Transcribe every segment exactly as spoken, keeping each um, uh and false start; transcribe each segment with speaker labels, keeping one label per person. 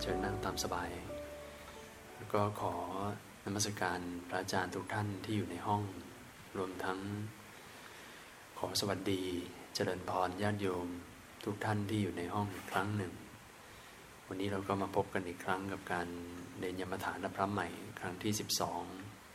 Speaker 1: เชิญนั่งตามสบายแล้วก็ขอนมัสการพระอาจารย์ทุกท่านที่อยู่ในห้องรวมทั้งขอสวัสดีเจริญพรญาติโยมทุกท่านที่อยู่ในห้องอีกครั้งหนึ่งวันนี้เราก็มาพบกันอีกครั้งกับการเรียนยมฐานพระใหม่ครั้งที่สิบสอง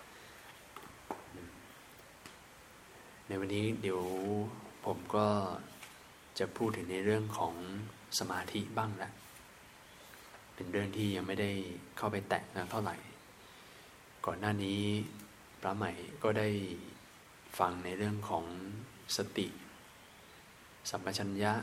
Speaker 1: ในวันนี้เดี๋ยวผมก็จะพูดถึงในเรื่องของสมาธิบ้างแหละเป็นเรื่องที่ยังไม่ได้เข้าไปแตะเท่าไหร่ก่อนหน้านี้พระใหม่ก็ได้ฟังในเรื่องของสติสัมปชัญญะ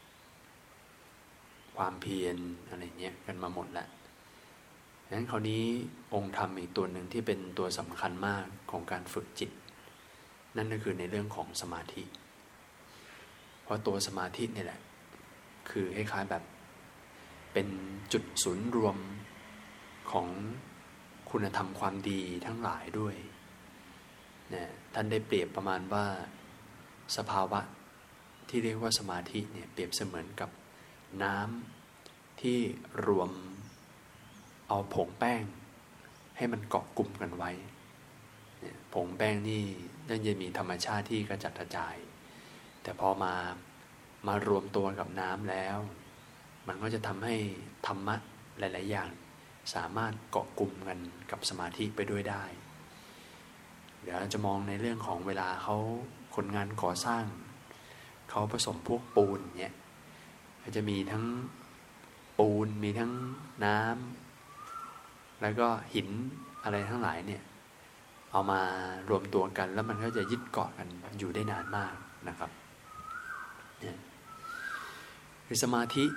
Speaker 1: ความเพียรอะไรเงี้ยกันมาหมดแล้วดังนั้นคราวนี้องค์ธรรมอีกตัวหนึ่งที่เป็นตัวสำคัญมากของการฝึกจิตนั่นก็คือในเรื่องของสมาธิเพราะตัวสมาธินี่แหละคือคล้ายๆแบบเป็นจุดศูนย์รวมของคุณธรรมความดีทั้งหลายด้วยนะท่านได้เปรียบประมาณว่าสภาวะที่เรียกว่าสมาธิเนี่ยเปรียบเสมือนกับน้ำที่รวมเอาผงแป้งให้มันเกาะกลุ่มกันไว้ผงแป้งนี่นั่นจะมีธรรมชาติที่กระจัดกระจายแต่พอมามารวมตัวกับน้ำแล้วมันก็จะทำให้ธรรมะหลายๆอย่างสามารถเกาะกลุ่มกันกับสมาธิไปด้วยได้เดี๋ยวเราจะมองในเรื่องของเวลาเขาคนงานก่อสร้างเขาผสมพวกปูนเนี่ยก็จะมีทั้งปูนมีทั้งน้ำแล้วก็หินอะไรทั้งหลายเนี่ยเอามารวมตัวกันแล้วมันก็จะยึดเกาะกันอยู่ได้นานมากนะครับเนี่ยคือสมาธิ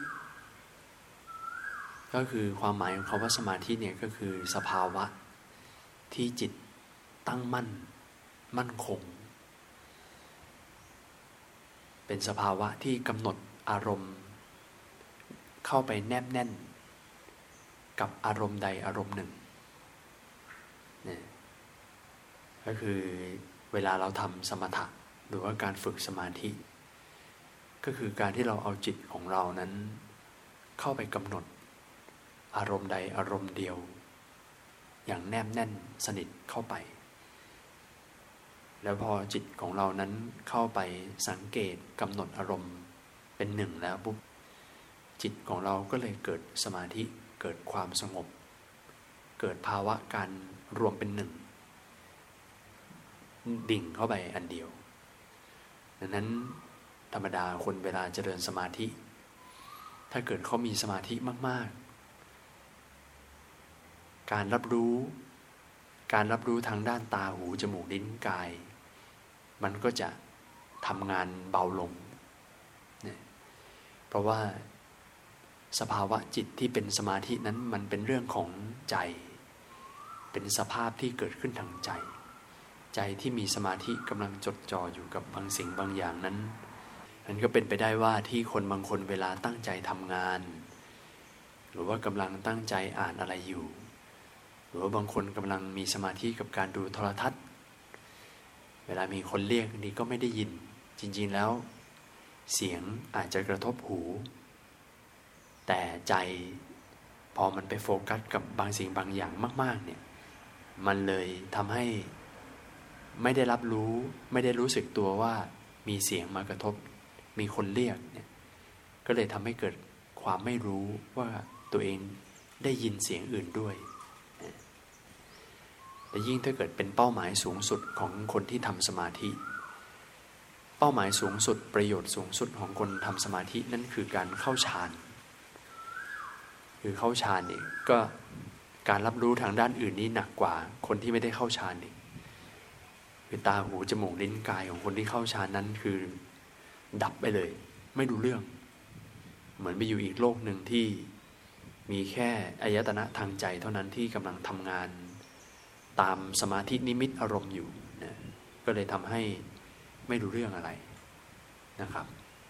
Speaker 1: ก็คือความหมายของคำว่าสมาธิเนี่ยก็คือสภาวะที่จิตตั้งมั่นมั่นคงเป็นสภาวะที่กำหนดอารมณ์เข้าไปแนบแน่นกับอารมณ์ใดอารมณ์หนึ่งเนี่ยก็คือเวลาเราทำสมถะหรือว่าการฝึกสมาธิก็คือการที่เราเอาจิตของเรานั้นเข้าไปกำหนดอารมณ์ใดอารมณ์เดียวอย่างแนบแน่นสนิทเข้าไปแล้วพอจิตของเรานั้นเข้าไปสังเกตกำหนดอารมณ์เป็นหนึ่งแล้วปุ๊บจิตของเราก็เลยเกิดสมาธิเกิดความสงบเกิดภาวะการรวมเป็นหนึ่งดิ่งเข้าไปอันเดียวดังนั้นธรรมดาคนเวลาเจริญสมาธิถ้าเกิดเขามีสมาธิมากๆการรับรู้การรับรู้ทางด้านตาหูจมูกลิ้นกายมันก็จะทำงานเบาลงเนี่ยเพราะว่าสภาวะจิตที่เป็นสมาธินั้นมันเป็นเรื่องของใจเป็นสภาพที่เกิดขึ้นทางใจใจที่มีสมาธิกำลังจดจ่ออยู่กับบางสิ่งบางอย่างนั้นมันก็เป็นไปได้ว่าที่คนบางคนเวลาตั้งใจทำงานหรือว่ากำลังตั้งใจอ่านอะไรอยู่หรือว่าบางคนกำลังมีสมาธิกับการดูโทรทัศน์เวลามีคนเรียกนี่ก็ไม่ได้ยินจริงๆแล้วเสียงอาจจะกระทบหูแต่ใจพอมันไปโฟกัสกับบางสิ่งบางอย่างมากๆเนี่ยมันเลยทำให้ไม่ได้รับรู้ไม่ได้รู้สึกตัวว่ามีเสียงมากระทบมีคนเรียกเนี่ยก็เลยทำให้เกิดความไม่รู้ว่าตัวเองได้ยินเสียงอื่นด้วยแต่ยิ่งถ้าเกิดเป็นเป้าหมายสูงสุดของคนที่ทำสมาธิเป้าหมายสูงสุดประโยชน์สูงสุดของคนทำสมาธินั่นคือการเข้าฌานคือเข้าฌานเนี่ยก็การรับรู้ทางด้านอื่นนี่หนักกว่าคนที่ไม่ได้เข้าฌานอีกคือตาหูจมูกลิ้นกายของคนที่เข้าฌานนั้นคือดับไปเลยไม่รู้เรื่องเหมือนไปอยู่อีกโลกหนึ่งที่มีแค่อายตนะทางใจเท่านั้นที่กำลังทำงานตามสมาธินิมิตอารมณ์อยู่นะก็เลยทำให้ไม่รู้เรื่องอะไรนะครับ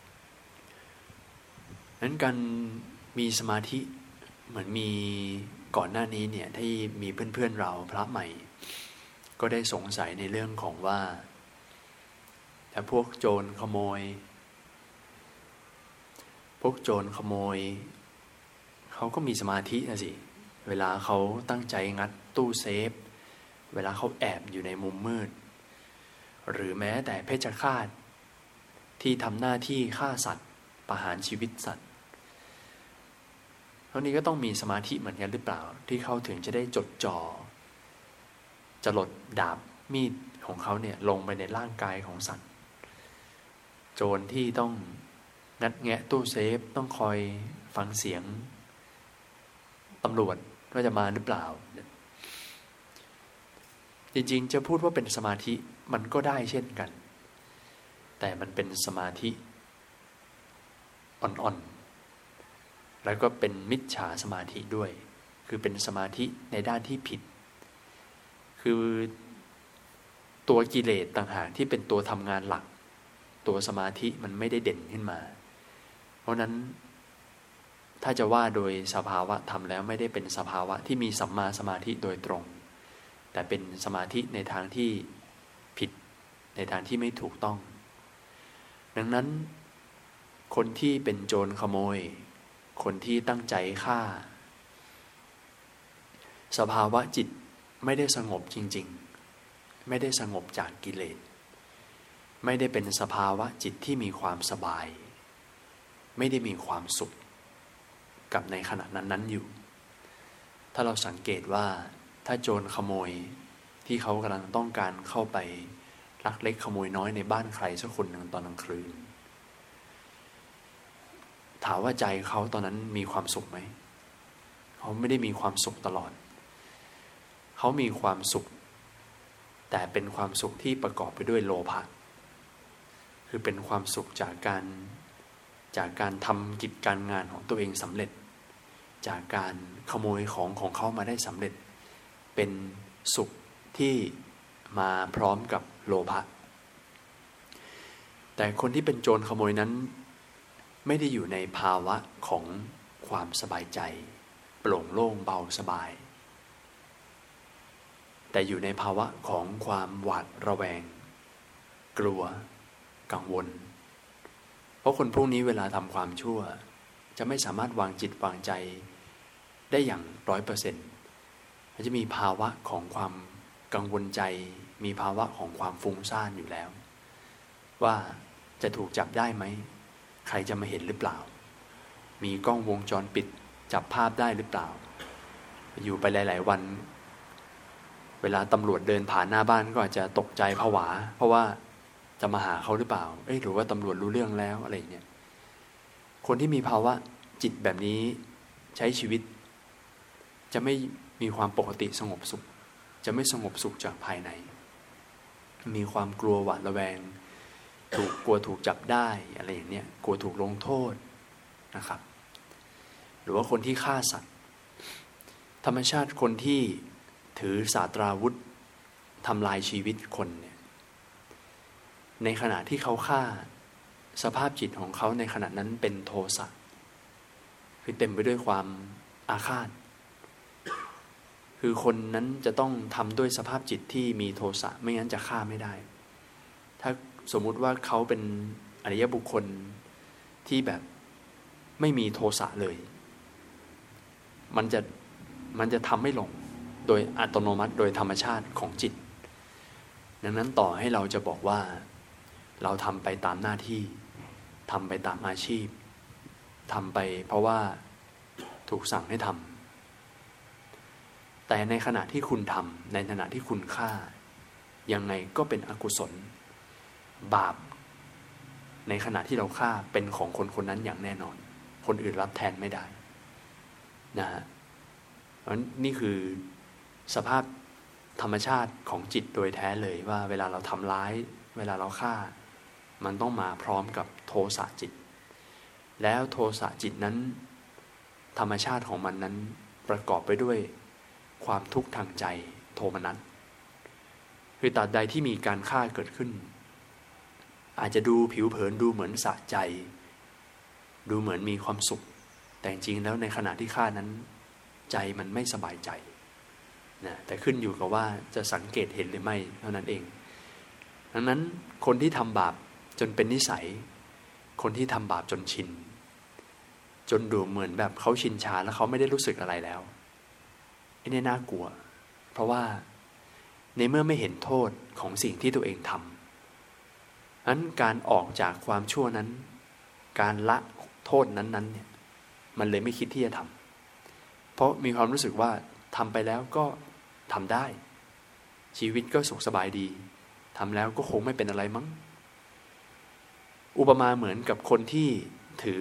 Speaker 1: นั้นการมีสมาธิเหมือนมีก่อนหน้านี้เนี่ยที่มีเพื่อนๆเราพระใหม่ก็ได้สงสัยในเรื่องของว่าถ้าพวกโจรขโมยพวกโจรขโมยเขาก็มีสมาธินะสิเวลาเขาตั้งใจงัดตู้เซฟเวลาเขาแอบอยู่ในมุมมืดหรือแม้แต่เพชฌฆาตที่ทำหน้าที่ฆ่าสัตว์ประหารชีวิตสัตว์เท่านี้ก็ต้องมีสมาธิเหมือนกันหรือเปล่าที่เขาถึงจะได้จดจ่อจะหลดดาบมีดของเขาเนี่ยลงไปในร่างกายของสัตว์โจรที่ต้องงัดแงะตู้เซฟต้องคอยฟังเสียงตำรวจว่าจะมาหรือเปล่าจริงๆจะพูดว่าเป็นสมาธิมันก็ได้เช่นกันแต่มันเป็นสมาธิอ่อนๆแล้วก็เป็นมิจฉาสมาธิด้วยคือเป็นสมาธิในด้านที่ผิดคือตัวกิเลสต่างหากที่เป็นตัวทำงานหลักตัวสมาธิมันไม่ได้เด่นขึ้นมาเพราะนั้นถ้าจะว่าโดยสภาวะธรรมแล้วไม่ได้เป็นสภาวะที่มีสัมมาสมาธิโดยตรงแต่เป็นสมาธิในทางที่ผิดในทางที่ไม่ถูกต้องดังนั้นคนที่เป็นโจรขโมยคนที่ตั้งใจฆ่าสภาวะจิตไม่ได้สงบจริงๆไม่ได้สงบจากกิเลสไม่ได้เป็นสภาวะจิตที่มีความสบายไม่ได้มีความสุขกับในขณะนั้นๆอยู่ถ้าเราสังเกตว่าถ้าโจรขโมยที่เขากำลังต้องการเข้าไปลักเล็กขโมยน้อยในบ้านใครสักคนหนึ่งตอนกลางคืนถามว่าใจเขาตอนนั้นมีความสุขไหมเขาไม่ได้มีความสุขตลอดเขามีความสุขแต่เป็นความสุขที่ประกอบไปด้วยโลภะคือเป็นความสุขจากการจากการทำกิจการงานของตัวเองสำเร็จจากการขโมยของของเขามาได้สำเร็จเป็นสุขที่มาพร้อมกับโลภะแต่คนที่เป็นโจรขโมยนั้นไม่ได้อยู่ในภาวะของความสบายใจโปร่งโล่งเบาสบายแต่อยู่ในภาวะของความหวาดระแวงกลัวกังวลเพราะคนพวกนี้เวลาทำความชั่วจะไม่สามารถวางจิตวางใจได้อย่างร้อยเปอร์เซ็นต์มันจะมีภาวะของความกังวลใจมีภาวะของความฟุ้งซ่านอยู่แล้วว่าจะถูกจับได้ไหมใครจะมาเห็นหรือเปล่ามีกล้องวงจรปิดจับภาพได้หรือเปล่าอยู่ไปหลายๆวันเวลาตำรวจเดินผ่านหน้าบ้านก็อาจจะตกใจผวาเพราะว่าจะมาหาเขาหรือเปล่าเอ้ยหรือว่าตำรวจรู้เรื่องแล้วอะไรเนี่ยคนที่มีภาวะจิตแบบนี้ใช้ชีวิตจะไม่มีความปกติสงบสุขจะไม่สงบสุขจากภายในมีความกลัวหวาดระแวงถูกกลัวถูกจับได้อะไรอย่างเนี้ยกลัวถูกลงโทษนะครับหรือว่าคนที่ฆ่าสัตว์ธรรมชาติคนที่ถือศาสตราวุธทำลายชีวิตคนเนี่ยในขณะที่เขาฆ่าสภาพจิตของเขาในขณะนั้นเป็นโทสะคือเต็มไปด้วยความอาฆาตคือคนนั้นจะต้องทำด้วยสภาพจิตที่มีโทสะไม่งั้นจะฆ่าไม่ได้ถ้าสมมุติว่าเขาเป็นอริยบุคคลที่แบบไม่มีโทสะเลยมันจะมันจะทำไม่ลงโดยอัตโนมัติโดยธรรมชาติของจิตดังนั้นต่อให้เราจะบอกว่าเราทำไปตามหน้าที่ทำไปตามอาชีพทำไปเพราะว่าถูกสั่งให้ทำแต่ในขณะที่คุณทำในขณะที่คุณฆ่ายังไงก็เป็นอกุศลบาปในขณะที่เราฆ่าเป็นของคนคนนั้นอย่างแน่นอนคนอื่นรับแทนไม่ได้นะฮะเพราะนี่คือสภาพธรรมชาติของจิตโดยแท้เลยว่าเวลาเราทำร้ายเวลาเราฆ่ามันต้องมาพร้อมกับโทสะจิตแล้วโทสะจิตนั้นธรรมชาติของมันนั้นประกอบไปด้วยความทุกข์ทางใจโทมนัสคือตราบใดที่มีการฆ่าเกิดขึ้นอาจจะดูผิวเผินดูเหมือนสะใจดูเหมือนมีความสุขแต่จริงๆแล้วในขณะที่ฆ่านั้นใจมันไม่สบายใจนะแต่ขึ้นอยู่กับว่าจะสังเกตเห็นหรือไม่เท่านั้นเองดังนั้นคนที่ทำบาปจนเป็นนิสัยคนที่ทำบาปจนชินจนดูเหมือนแบบเขาชินชาแล้วเขาไม่ได้รู้สึกอะไรแล้วไอ้นี่น่ากลัวเพราะว่าในเมื่อไม่เห็นโทษของสิ่งที่ตัวเองทำนั้นการออกจากความชั่วนั้นการละโทษนั้นๆเนี่ยมันเลยไม่คิดที่จะทำเพราะมีความรู้สึกว่าทำไปแล้วก็ทำได้ชีวิตก็สุขสบายดีทำแล้วก็คงไม่เป็นอะไรมั้งอุปมาเหมือนกับคนที่ถือ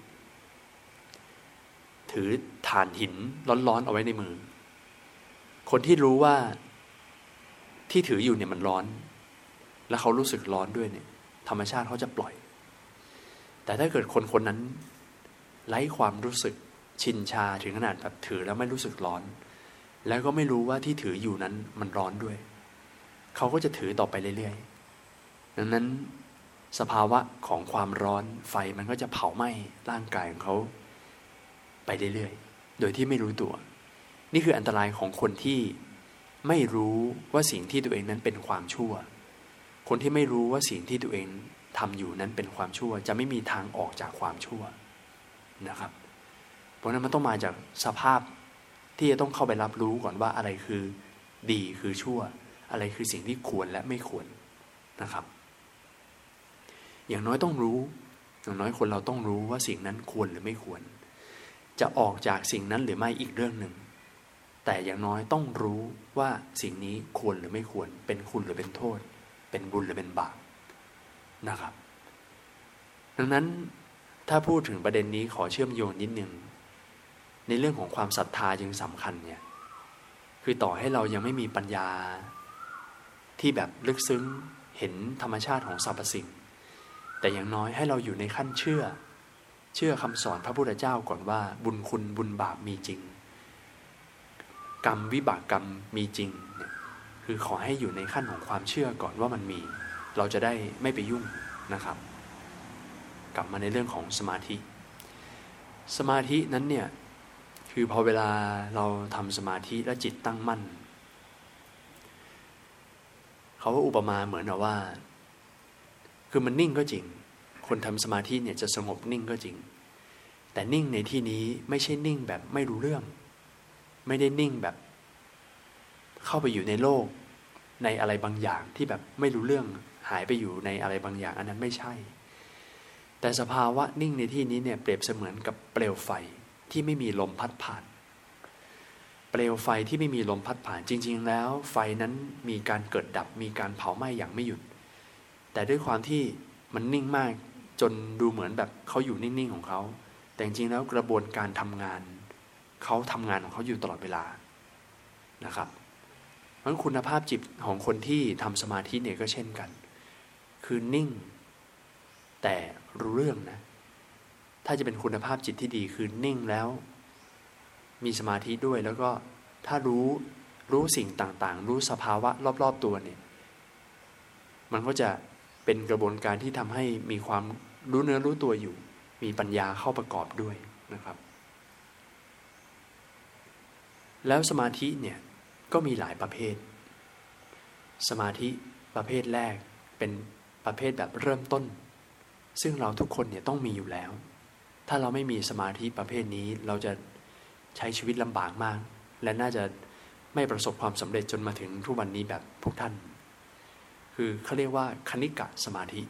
Speaker 1: ถือถ่านหินร้อนๆเอาไว้ในมือคนที่รู้ว่าที่ถืออยู่เนี่ยมันร้อนแล้วเขารู้สึกร้อนด้วยเนี่ยธรรมชาติเขาจะปล่อยแต่ถ้าเกิดคนคนนั้นไร้ความรู้สึกชินชาถึงขนาดแบบถือแล้วไม่รู้สึกร้อนแล้วก็ไม่รู้ว่าที่ถืออยู่นั้นมันร้อนด้วยเขาก็จะถือต่อไปเรื่อยๆดังนั้นสภาวะของความร้อนไฟมันก็จะเผาไหม้ร่างกายของเขาไปเรื่อยๆโดยที่ไม่รู้ตัวนี่คืออันตรายของคนที่ไม่รู้ว่าสิ่งที่ตัวเองนั้นเป็นความชั่วคนที่ไม่รู้ว่าสิ่งที่ตัวเองทำอยู่นั้นเป็นความชั่วจะไม่มีทางออกจากความชั่วนะครับเพราะนั้นมันต้องมาจากสภาพที่จะต้องเข้าไปรับรู้ก่อนว่าอะไรคือดีคือชั่วอะไรคือสิ่งที่ควรและไม่ควรนะครับอย่างน้อยต้องรู้อย่างน้อยคนเราต้องรู้ว่าสิ่งนั้นควรหรือไม่ควรจะออกจากสิ่งนั้นหรือไม่อีกเรื่องหนึ่งแต่อย่างน้อยต้องรู้ว่าสิ่งนี้ควรหรือไม่ควรเป็นคุณหรือเป็นโทษเป็นบุญหรือเป็นบาปนะครับดังนั้นถ้าพูดถึงประเด็นนี้ขอเชื่อมโยงนิดนึงในเรื่องของความศรัทธาจึงสำคัญเนี่ยคือต่อให้เรายังไม่มีปัญญาที่แบบลึกซึ้งเห็นธรรมชาติของสรรพสิ่งแต่อย่างน้อยให้เราอยู่ในขั้นเชื่อเชื่อคำสอนพระพุทธเจ้าก่อนว่าบุญคุณบุญบาปมีจริงกรรมวิบากกรรมมีจริงเนี่ยคือขอให้อยู่ในขั้นของความเชื่อก่อนว่ามันมีเราจะได้ไม่ไปยุ่งนะครับกลับมาในเรื่องของสมาธิสมาธินั้นเนี่ยคือพอเวลาเราทำสมาธิและจิตตั้งมั่นเขาว่าอุปมาเหมือนกับว่าคือมันนิ่งก็จริงคนทำสมาธิเนี่ยจะสงบนิ่งก็จริงแต่นิ่งในที่นี้ไม่ใช่นิ่งแบบไม่รู้เรื่องไม่ได้นิ่งแบบเข้าไปอยู่ในโลกในอะไรบางอย่างที่แบบไม่รู้เรื่องหายไปอยู่ในอะไรบางอย่างอันนั้นไม่ใช่แต่สภาวะนิ่งในที่นี้เนี่ยเปรียบเสมือนกับเปลวไฟที่ไม่มีลมพัดผ่านเปลวไฟที่ไม่มีลมพัดผ่านจริงๆแล้วไฟนั้นมีการเกิดดับมีการเผาไหม้อย่างไม่หยุดแต่ด้วยความที่มันนิ่งมากจนดูเหมือนแบบเขาอยู่นิ่งๆของเขาแต่จริงๆแล้วกระบวนการทำงานเขาทำงานของเขาอยู่ตลอดเวลานะครับเพราะคุณภาพจิตของคนที่ทำสมาธิเนี่ยก็เช่นกันคือนิ่งแต่รู้เรื่องนะถ้าจะเป็นคุณภาพจิตที่ดีคือนิ่งแล้วมีสมาธิด้วยแล้วก็ถ้ารู้รู้สิ่งต่างๆรู้สภาวะรอบๆตัวเนี่ยมันก็จะเป็นกระบวนการที่ทำให้มีความรู้เนื้อรู้ตัวอยู่มีปัญญาเข้าประกอบด้วยนะครับแล้วสมาธิเนี่ยก็มีหลายประเภทสมาธิประเภทแรกเป็นประเภทแบบเริ่มต้นซึ่งเราทุกคนเนี่ยต้องมีอยู่แล้วถ้าเราไม่มีสมาธิประเภทนี้เราจะใช้ชีวิตลำบากมากและน่าจะไม่ประสบความสำเร็จจนมาถึงทุกวันนี้แบบพวกท่านคือเขาเรียกว่าคณิกะสมาธิ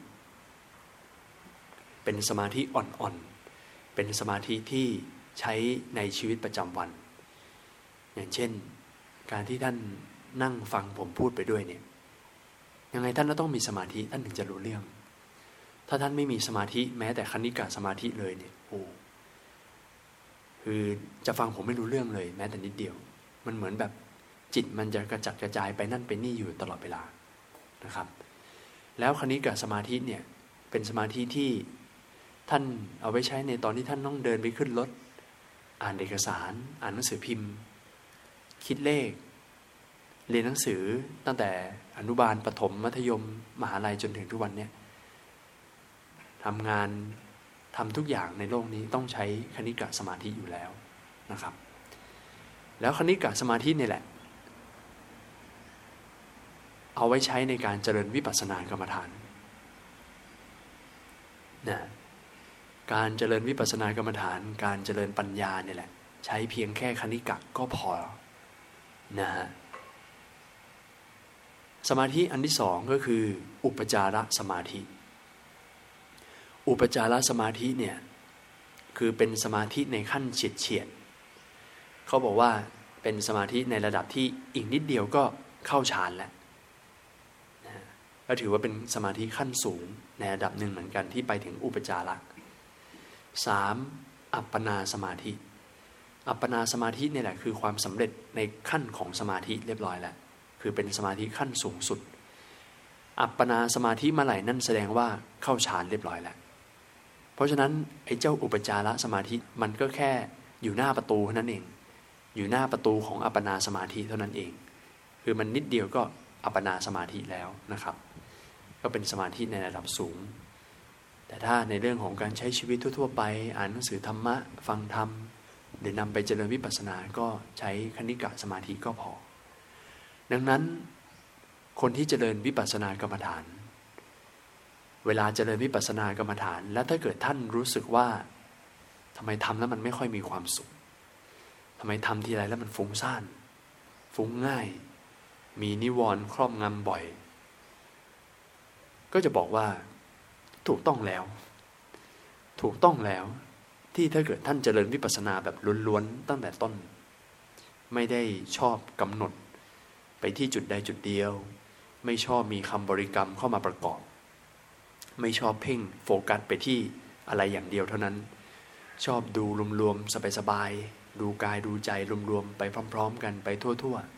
Speaker 1: เป็นสมาธิอ่อนๆเป็นสมาธิที่ใช้ในชีวิตประจำวันอย่างเช่นการที่ท่านนั่งฟังผมพูดไปด้วยเนี่ยยังไงท่านก็ต้องมีสมาธิท่านถึงจะรู้เรื่องถ้าท่านไม่มีสมาธิแม้แต่คณิกะสมาธิเลยเนี่ยโอ้คือจะฟังผมไม่รู้เรื่องเลยแม้แต่นิดเดียวมันเหมือนแบบจิตมันจะกระจัดกระจายไปนั่นไปนี่อยู่ตลอดเวลานะครับแล้วคณิกะสมาธิเนี่ยเป็นสมาธิที่ท่านเอาไว้ใช้ในตอนที่ท่านต้องเดินไปขึ้นรถอ่านเอกสารอ่านหนังสือพิมพ์คิดเลขเรียนหนังสือตั้งแต่อนุบาลประถมมัธยมมหาลัยจนถึงทุกวันนี้ทำงานทำทุกอย่างในโลกนี้ต้องใช้คณิกะสมาธิอยู่แล้วนะครับแล้วคณิกะสมาธินี่แหละเอาไว้ใช้ในการเจริญวิปัสสนากรรมฐานนะการเจริญวิปัสสนากรรมฐานการเจริญปัญญาเนี่ยแหละใช้เพียงแค่คณิกะก็พอนะฮะสมาธิอันที่สองก็คืออุปจารสมาธิอุปจารสมาธิเนี่ยคือเป็นสมาธิในขั้นเฉียดเฉียดเขาบอกว่าเป็นสมาธิในระดับที่อีกนิดเดียวก็เข้าฌานแล้วนะก็ถือว่าเป็นสมาธิขั้นสูงในระดับหนึ่งเหมือนกันที่ไปถึงอุปจารสามอัปปนาสมาธิอัปปนาสมาธิเนี่ยแหละคือความสำเร็จในขั้นของสมาธิเรียบร้อยแล้วคือเป็นสมาธิขั้นสูงสุดอัปปนาสมาธิเมื่อไหร่นั่นแสดงว่าเข้าฌานเรียบร้อยแล้วเพราะฉะนั้นไอ้เจ้าอุปจารสมาธิมันก็แค่อยู่หน้าประตูเท่านั้นเองอยู่หน้าประตูของอัปปนาสมาธิเท่านั้นเองคือมันนิดเดียวก็อัปปนาสมาธิแล้วนะครับก็เป็นสมาธิในระดับสูงแต่ถ้าในเรื่องของการใช้ชีวิตทั่วๆไปอ่านหนังสือธรรมะฟังธรรมหรือนำไปเจริญวิปัสสนาก็ใช้คณิกะสมาธิก็พอดังนั้นคนที่เจริญวิปัสสนากรรมฐานเวลาเจริญวิปัสสนากรรมฐานแล้วถ้าเกิดท่านรู้สึกว่าทำไมทำแล้วมันไม่ค่อยมีความสุขทำไมทำทีไรแล้วมันฟุ้งซ่านฟุ้งง่ายมีนิวรณ์ครอบงำบ่อยก็จะบอกว่าถูกต้องแล้วถูกต้องแล้วที่ถ้าเกิดท่านเจริญวิปัสสนาแบบล้วนๆตั้งแต่ต้นไม่ได้ชอบกำหนดไปที่จุดใดจุดเดียวไม่ชอบมีคำบริกรรมเข้ามาประกอบไม่ชอบเพ่งโฟกัสไปที่อะไรอย่างเดียวเท่านั้นชอบดูรวมๆสบายๆดูกายดูใจรวมๆไปพร้อมๆกันไปทั่ว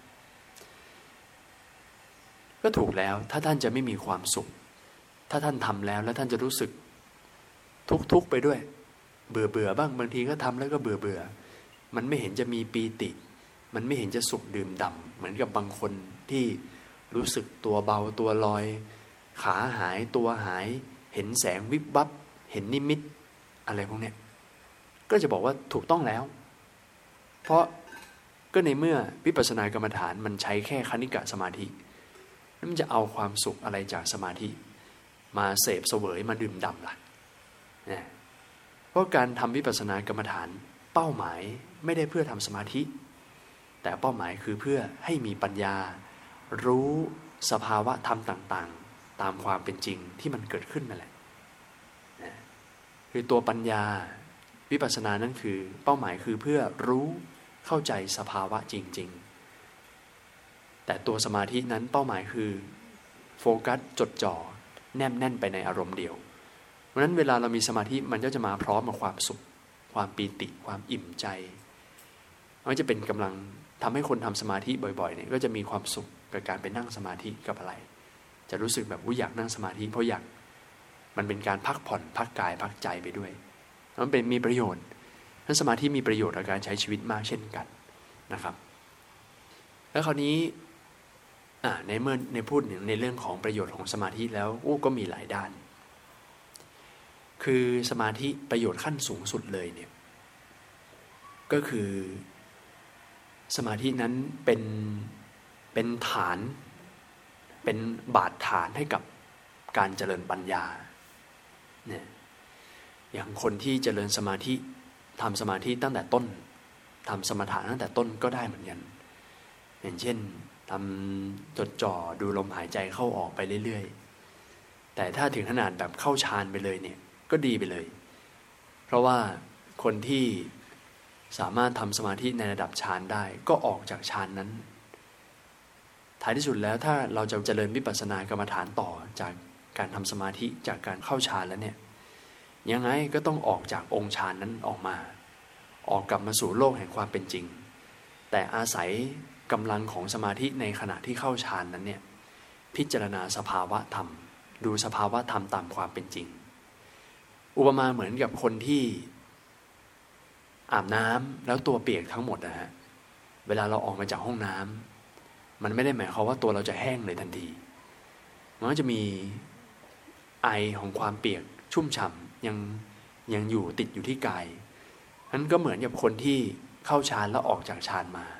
Speaker 1: ๆก็ถูกแล้วถ้าท่านจะไม่มีความสุขถ้าท่านทำแล้วแล้วท่านจะรู้สึกทุกข์ไปด้วยเบื่อเบื่อบ้างบางทีก็ทำแล้วก็เบื่อเบื่อมันไม่เห็นจะมีปีติมันไม่เห็นจะสุขดื่มด่ำเหมือนกับบางคนที่รู้สึกตัวเบาตัวลอยขาหายตัวหายเห็นแสงวิบวับเห็นนิมิตอะไรพวกนี้ก็จะบอกว่าถูกต้องแล้วเพราะก็ในเมื่อวิปัสสนากรรมฐานมันใช้แค่คณิกะสมาธิแล้วมันจะเอาความสุขอะไรจากสมาธิมาเสพเสวยมาดื่มด่ำล่ะนะเพราะการทำวิปัสสนากรรมฐานเป้าหมายไม่ได้เพื่อทำสมาธิแต่เป้าหมายคือเพื่อให้มีปัญญารู้สภาวะธรรมต่างๆตามความเป็นจริงที่มันเกิดขึ้นนั่นแหละนะคือตัวปัญญาวิปัสสนานั่นคือเป้าหมายคือเพื่อรู้เข้าใจสภาวะจริงๆแต่ตัวสมาธินั้นเป้าหมายคือโฟกัสจดจ่อแนบแน่นไปในอารมณ์เดียวเพราะฉะนั้นเวลาเรามีสมาธิมันก็จะมาพร้อมกับความสุขความปีติความอิ่มใจมันจะเป็นกำลังทำให้คนทำสมาธิบ่อยๆเนี่ยก็จะมีความสุขกับการไปนั่งสมาธิกับอะไรจะรู้สึกแบบว่าอยากนั่งสมาธิเพราะอยากมันเป็นการพักผ่อนพักกายพักใจไปด้วยมันเป็นมีประโยชน์ทั้งสมาธิมีประโยชน์กับการใช้ชีวิตมากเช่นกันนะครับแล้วคราวนี้ในเมื่อในพูดในเรื่องของประโยชน์ของสมาธิแล้วโอ้ก็มีหลายด้านคือสมาธิประโยชน์ขั้นสูงสุดเลยเนี่ยก็คือสมาธินั้นเป็นเป็นฐานเป็นบาดฐานให้กับการเจริญปัญญาเนี่ยอย่างคนที่เจริญสมาธิทำสมาธิตั้งแต่ต้นทำสมถะตั้งแต่ต้นก็ได้เหมือนกันอย่างเช่นทำจดจ่อดูลมหายใจเข้าออกไปเรื่อยๆแต่ถ้าถึงขนาดแบบเข้าฌานไปเลยเนี่ยก็ดีไปเลยเพราะว่าคนที่สามารถทำสมาธิในระดับฌานได้ก็ออกจากฌานนั้นท้ายที่สุดแล้วถ้าเราจะเจริญวิปัสสนากรรมฐานต่อจากการทำสมาธิจากการเข้าฌานแล้วเนี่ยยังไงก็ต้องออกจากองค์ฌานนั้นออกมาออกกลับมาสู่โลกแห่งความเป็นจริงแต่อาศัยกำลังของสมาธิในขณะที่เข้าฌานนั้นเนี่ยพิจารณาสภาวะธรรมดูสภาวะธรรมตามความเป็นจริงอุปมาเหมือนกับคนที่อาบน้ำแล้วตัวเปียกทั้งหมดนะฮะเวลาเราออกมาจากห้องน้ำมันไม่ได้หมายความว่าตัวเราจะแห้งเลยทันทีมันก็จะมีไอของความเปียกชุ่มฉ่ำยังยังอยู่ติดอยู่ที่กายนั้นก็เหมือนกับคนที่เข้าฌานแล้วออกจากฌานมา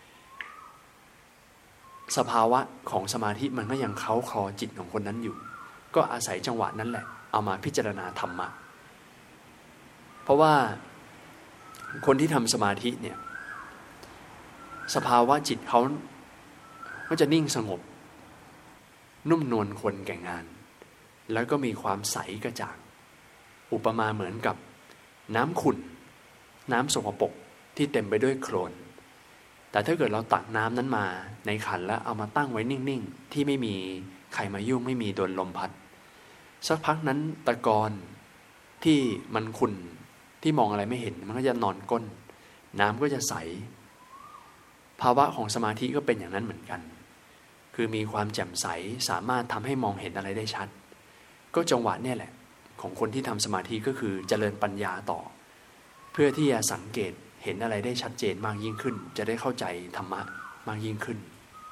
Speaker 1: สภาวะของสมาธิมันก็ยังเค้าคลอจิตของคนนั้นอยู่ก็อาศัยจังหวะนั้นแหละเอามาพิจารณาธรรมะเพราะว่าคนที่ทำสมาธิเนี่ยสภาวะจิตเขาก็จะนิ่งสงบนุ่มนวลคนแก่งานแล้วก็มีความใสกระจ่างอุปมาเหมือนกับน้ำขุ่นน้ำสกปรกที่เต็มไปด้วยโคลนแต่ถ้าเกิดเราตักน้ำนั้นมาในขันแล้วเอามาตั้งไว้นิ่งๆที่ไม่มีใครมายุ่งไม่มีโดนลมพัดสักพักนั้นตะกอนที่มันขุ่นที่มองอะไรไม่เห็นมันก็จะนอนก้นน้ำก็จะใสภาวะของสมาธิก็เป็นอย่างนั้นเหมือนกันคือมีความแจ่มใสสามารถทำให้มองเห็นอะไรได้ชัดก็จังหวะเนี่ยแหละของคนที่ทำสมาธิก็คือเจริญปัญญาต่อเพื่อที่จะสังเกตเห็นอะไรได้ชัดเจนมากยิ่งขึ้นจะได้เข้าใจธรรมะมากยิ่งขึ้น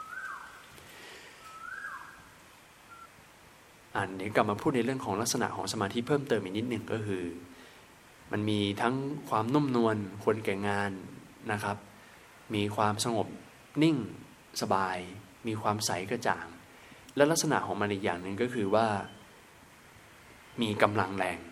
Speaker 1: อ่านเดี๋ยวกลับมาพูดในเรื่องของลักษณะของสมาธิเพิ่มเติมอีกนิดหนึ่งก็คือมันมีทั้งความนุ่มนวลควรแก่งานนะครับมีความสงบนิ่งสบายมีความใสกระจ่างและลักษณะของมันอีกอย่างหนึ่งก็คือว่ามีกำลังแรง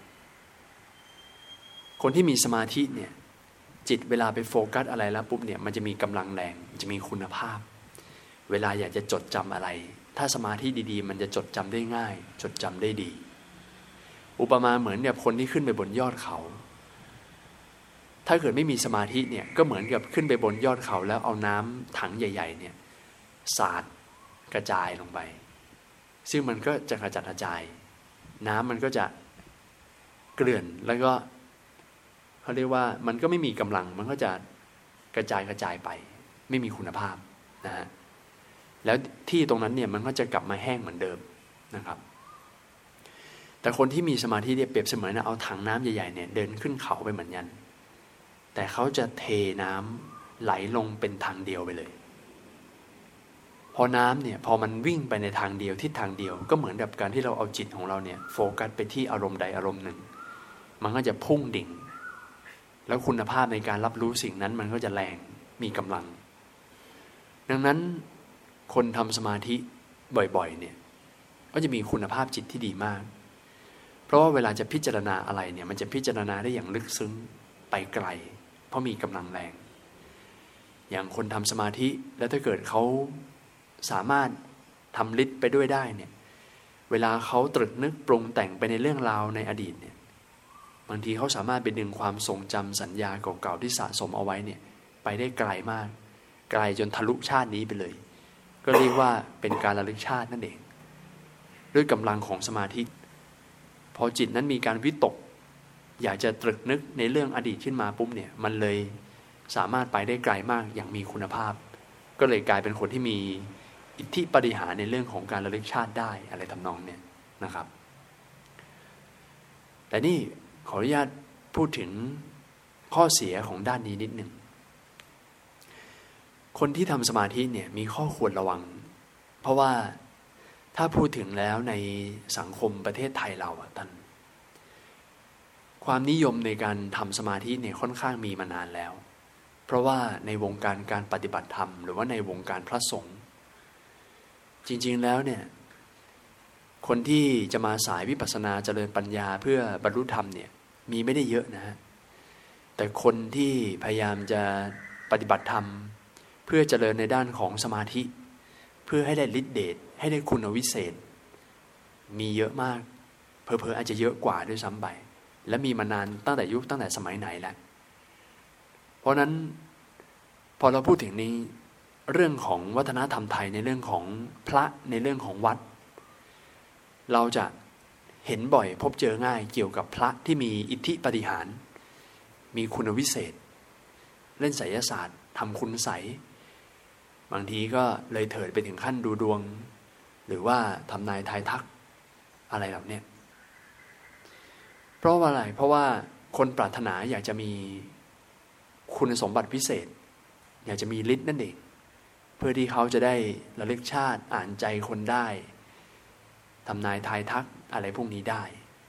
Speaker 1: คนที่มีสมาธิเนี่ยจิตเวลาไปโฟกัสอะไรแล้วปุ๊บเนี่ยมันจะมีกำลังแรงจะมีคุณภาพเวลาอยากจะจดจำอะไรถ้าสมาธิดีๆมันจะจดจำได้ง่ายจดจำได้ดีอุปมาเหมือนกับคนที่ขึ้นไปบนยอดเขาถ้าเกิดไม่มีสมาธิเนี่ยก็เหมือนกับขึ้นไปบนยอดเขาแล้วเอาน้ำถังใหญ่ๆเนี่ยสาดกระจายลงไปซึ่งมันก็จะกระจัดกระจายน้ำมันก็จะเกลื่อนแล้วก็เขาเรียกว่ามันก็ไม่มีกำลังมันก็จะกระจายกระจายไปไม่มีคุณภาพนะฮะแล้วที่ตรงนั้นเนี่ยมันก็จะกลับมาแห้งเหมือนเดิมนะครับแต่คนที่มีสมาธิเนี่ยเปรียบเสมือนนะเอาถังน้ำใหญ่ๆเนี่ยเดินขึ้นเขาไปเหมือนกันแต่เขาจะเทน้ำไหลลงเป็นทางเดียวไปเลยพอน้ำเนี่ยพอมันวิ่งไปในทางเดียวทิศทางเดียวก็เหมือนกับการที่เราเอาจิตของเราเนี่ยโฟกัสไปที่อารมณ์ใดอารมณ์หนึ่งมันก็จะพุ่งดิ่งแล้วคุณภาพในการรับรู้สิ่งนั้นมันก็จะแรงมีกำลังดังนั้นคนทำสมาธิบ่อยๆเนี่ยก็จะมีคุณภาพจิตที่ดีมากเพราะว่าเวลาจะพิจารณาอะไรเนี่ยมันจะพิจารณาได้อย่างลึกซึ้งไปไกลเพราะมีกำลังแรงอย่างคนทำสมาธิแล้วถ้าเกิดเขาสามารถทำฤทธิ์ไปด้วยได้เนี่ยเวลาเขาตรึกนึกปรุงแต่งไปในเรื่องราวในอดีตเนี่ยบางทีเขาสามารถไปดึงความทรงจำสัญญาเก่าๆที่สะสมเอาไว้เนี่ยไปได้ไกลมากไกลจนทะลุชาตินี้ไปเลยก็เรียกว่าเป็นการระลึกชาตินั่นเองด้วยกำลังของสมาธิพอจิตนั้นมีการวิตกอยากจะตรึกนึกในเรื่องอดีตขึ้นมาปุ๊บเนี่ยมันเลยสามารถไปได้ไกลมากอย่างมีคุณภาพก็เลยกลายเป็นคนที่มีอิทธิปาฏิหาริย์ในเรื่องของการระลึกชาติได้อะไรทำนองเนี่ยนะครับแต่นี่ขออนุญาตพูดถึงข้อเสียของด้านนี้นิดหนึ่งคนที่ทำสมาธิเนี่ยมีข้อควรระวังเพราะว่าถ้าพูดถึงแล้วในสังคมประเทศไทยเราอ่ะท่านความนิยมในการทำสมาธิเนี่ยค่อนข้างมีมานานแล้วเพราะว่าในวงการการปฏิบัติธรรมหรือว่าในวงการพระสงฆ์จริงๆแล้วเนี่ยคนที่จะมาสายวิปัสสนาเจริญปัญญาเพื่อบรรลุธรรมเนี่ยมีไม่ได้เยอะนะฮะแต่คนที่พยายามจะปฏิบัติธรรมเพื่อเจริญในด้านของสมาธิเพื่อให้ได้ฤทธิเดชให้ได้คุณวิเศษมีเยอะมากเผลอๆอาจจะเยอะกว่าด้วยซ้ำไปและมีมานานตั้งแต่ยุคตั้งแต่สมัยไหนแล้วเพราะนั้นพอเราพูดถึงนี้เรื่องของวัฒนธรรมไทยในเรื่องของพระในเรื่องของวัดเราจะเห็นบ่อยพบเจอง่ายเกี่ยวกับพระที่มีอิทธิปาฏิหาริย์มีคุณวิเศษเล่นไสยศาสตร์ทำคุณไสยบางทีก็เลยเถิดไปถึงขั้นดูดวงหรือว่าทำนายทายทักอะไรแบบนี้เพราะว่าอะไรเพราะว่าคนปรารถนาอยากจะมีคุณสมบัติพิเศษอยากจะมีฤทธิ์นั่นเองเพื่อที่เขาจะได้ระลึกชาติอ่านใจคนได้ทำนายทายทักอะไรพวกนี้ได้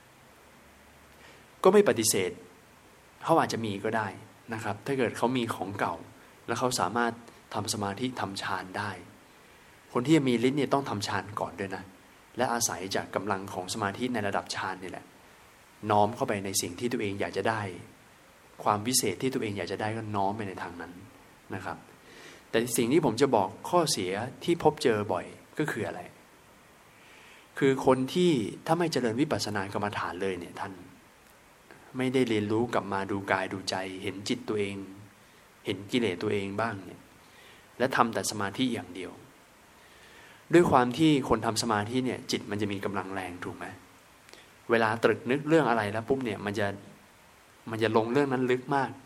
Speaker 1: ก็ไม่ปฏิเสธเขาอาจจะมีก็ได้นะครับถ้าเกิดเขามีของเก่าแล้วเขาสามารถทำสมาธิทำฌานได้คนที่จะมีฤทธิ์เนี่ยต้องทำฌานก่อนด้วยนะและอาศัยจากกำลังของสมาธิในระดับฌานนี่แหละน้อมเข้าไปในสิ่งที่ตัวเองอยากจะได้ความวิเศษที่ตัวเองอยากจะได้ก็น้อมไปในทางนั้นนะครับแต่สิ่งที่ผมจะบอกข้อเสียที่พบเจอบ่อยก็คืออะไรคือคนที่ถ้าไม่เจริญวิปัสสนากรรมฐานเลยเนี่ยท่านไม่ได้เรียนรู้กลับมาดูกายดูใจเห็นจิตตัวเองเห็นกิเลสตัวเองบ้างเนี่ยและทำแต่สมาธิอย่างเดียวด้วยความที่คนทำสมาธิเนี่ยจิตมันจะมีกำลังแรงถูกไหมเวลาตรึกนึกเรื่องอะไรแล้วปุ๊บเนี่ยมันจะมันจะลงเรื่องนั้นลึกมาก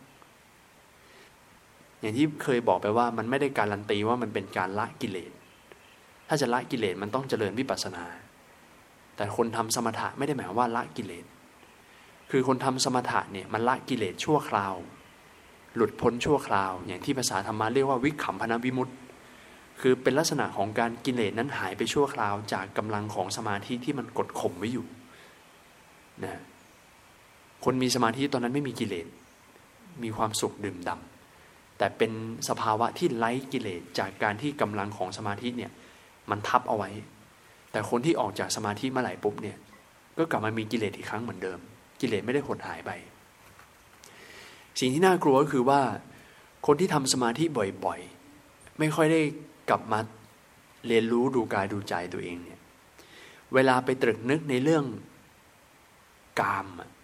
Speaker 1: อย่างที่เคยบอกไปว่ามันไม่ได้การันตีว่ามันเป็นการละกิเลสถ้าจะละกิเลสมันต้องเจริญวิปัสสนาแต่คนทำสมถะไม่ได้หมายว่าละกิเลสคือคนทำสมถะเนี่ยมันละกิเลสชั่วคราวหลุดพ้นชั่วคราวอย่างที่ภาษาธรรมะเรียกว่าวิคัมภนวิมุตติคือเป็นลักษณะของการกิเลสนั้นหายไปชั่วคราวจากกำลังของสมาธิที่มันกดข่มไว้อยู่นะคนมีสมาธิตอนนั้นไม่มีกิเลสมีความสุขดื่มด่ำแต่เป็นสภาวะที่ไร้กิเลสจากการที่กำลังของสมาธิเนี่ยมันทับเอาไว้แต่คนที่ออกจากสมาธิเมื่อไหร่ปุ๊บเนี่ยก็กลับมามีกิเลสอีกครั้งเหมือนเดิมกิเลสไม่ได้หดหายไปสิ่งที่น่ากลัวก็คือว่าคนที่ทำสมาธิบ่อยๆไม่ค่อยได้กลับมาเรียนรู้ดูกายดูใจตัวเองเนี่ยเวลาไปตรึกนึกในเรื่องกาม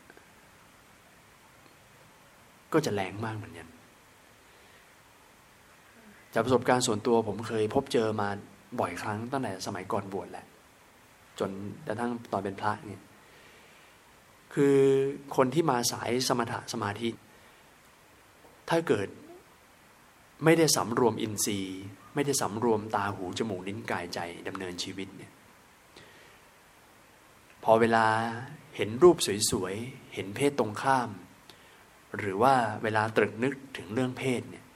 Speaker 1: ก็จะแรงมากเหมือนกันจากประสบการณ์ส่วนตัวผมเคยพบเจอมาบ่อยครั้งตั้งแต่สมัยก่อนบวชแหละจนกระทั่งตอนเป็นพระเนี่ยคือคนที่มาสายสมถะสมาธิถ้าเกิดไม่ได้สำรวมอินทรีย์ไม่ได้สำรวมตาหูจมูกลิ้นกายใจดำเนินชีวิตเนี่ยพอเวลาเห็นรูปสวยๆเห็นเพศตรงข้ามหรือว่าเวลาตรึกนึกถึงเรื่องเพศเนี่ย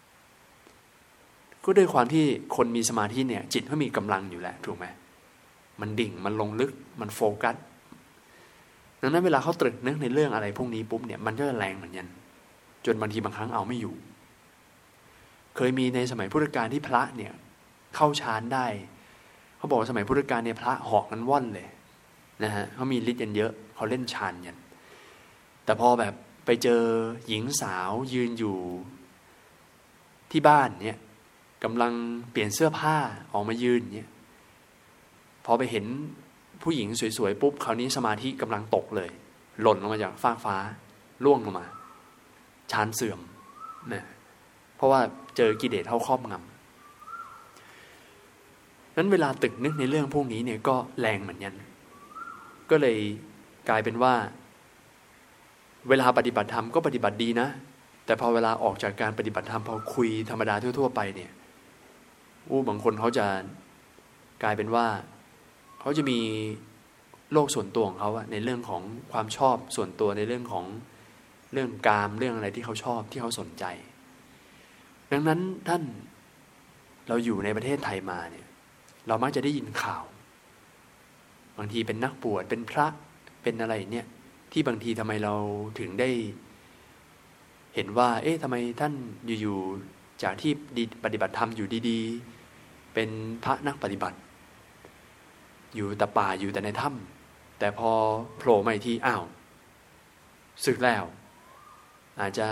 Speaker 1: ก็ด้วยความที่คนมีสมาธิเนี่ยจิตเขามีกำลังอยู่แล้วถูกไหมมันดิ่งมันลงลึกมันโฟกัสดังนั้นเวลาเขาตรึกนึกในเรื่องอะไรพวกนี้ปุ๊บเนี่ยมันก็จะแรงเหมือนกันจนบางทีบางครั้งเอาไม่อยู่เคยมีในสมัยพุทธกาลที่พระเนี่ยเข้าฌานได้เขาบอกว่าสมัยพุทธกาลเนี่ยพระหอกกันว่อนเลยนะฮะเขามีฤทธิ์กันเยอะเขาเล่นฌานกันแต่พอแบบไปเจอหญิงสาวยืนอยู่ที่บ้านเนี่ยกำลังเปลี่ยนเสื้อผ้าออกมายืนเนี่ยพอไปเห็นผู้หญิงสวยๆปุ๊บคราวนี้สมาธิกำลังตกเลยหล่นลงมาจากฟากฟ้าล่วงลงมาฌานเสื่อมนะเพราะว่าเจอกิเลสเข้าครอบงำนั้นเวลาตึกนึกในเรื่องพวกนี้เนี่ยก็แรงเหมือนกันก็เลยกลายเป็นว่าเวลาปฏิบัติธรรมก็ปฏิบัติดีนะแต่พอเวลาออกจากการปฏิบัติธรรมพอคุยธรรมดาทั่วๆไปเนี่ยอู้บางคนเขาจะกลายเป็นว่าเขาจะมีโลกส่วนตัวของเขาอะในเรื่องของความชอบส่วนตัวในเรื่องของเรื่องกามเรื่องอะไรที่เขาชอบที่เขาสนใจดังนั้นท่านเราอยู่ในประเทศไทยมาเนี่ยเรามักจะได้ยินข่าวบางทีเป็นนักบวชเป็นพระเป็นอะไรเนี่ยที่บางทีทำไมเราถึงได้เห็นว่าเอ๊ะทำไมท่านอยู่ๆจากที่ปฏิบัติธรรมอยู่ดีๆเป็นพระนักปฏิบัติอยู่แต่ป่าอยู่แต่ในถ้ำแต่พอโผล่มาอีกทีอ้าวสึกแล้วอาจจะ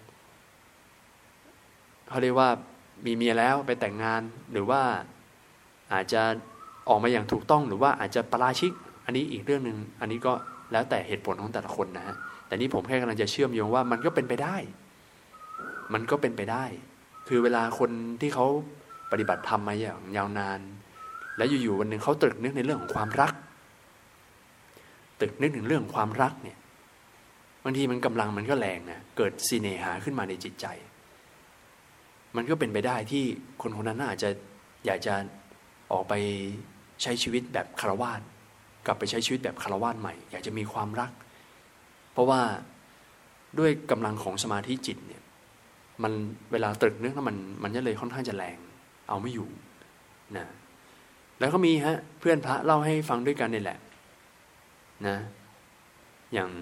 Speaker 1: เขาเรียกว่ามีเมียแล้วไปแต่งงานหรือว่าอาจจะออกมาอย่างถูกต้องหรือว่าอาจจะปราชิกอันนี้อีกเรื่องนึงอันนี้ก็แล้วแต่เหตุผลของแต่ละคนนะฮะแต่นี่ผมแค่กำลังจะเชื่อมโยงว่ามันก็เป็นไปได้มันก็เป็นไปได้คือเวลาคนที่เขาปฏิบัติธรรมมาอย่างยาวนานแล้วอยู่ๆวันหนึ่งเขาตรึกนึกในเรื่องของความรักตรึกนึกถึงเรื่องของความรักเนี่ยบางทีมันกำลังมันก็แรงนะเกิดสิเนหาขึ้นมาในจิตใจมันก็เป็นไปได้ที่คนคนนั้นอาจจะอยากจะออกไปใช้ชีวิตแบบฆราวาสกลับไปใช้ชีวิตแบบฆราวาสใหม่อยากจะมีความรักเพราะว่าด้วยกำลังของสมาธิจิตเนี่ยมันเวลาตรึกนึกแล้วมันมันจะเลยค่อนข้างจะแรงเอาไม่อยู่นะแล้วก็มีฮะเพื่อนพระเล่าให้ฟังด้วยกันนี่แหละนะอย่าง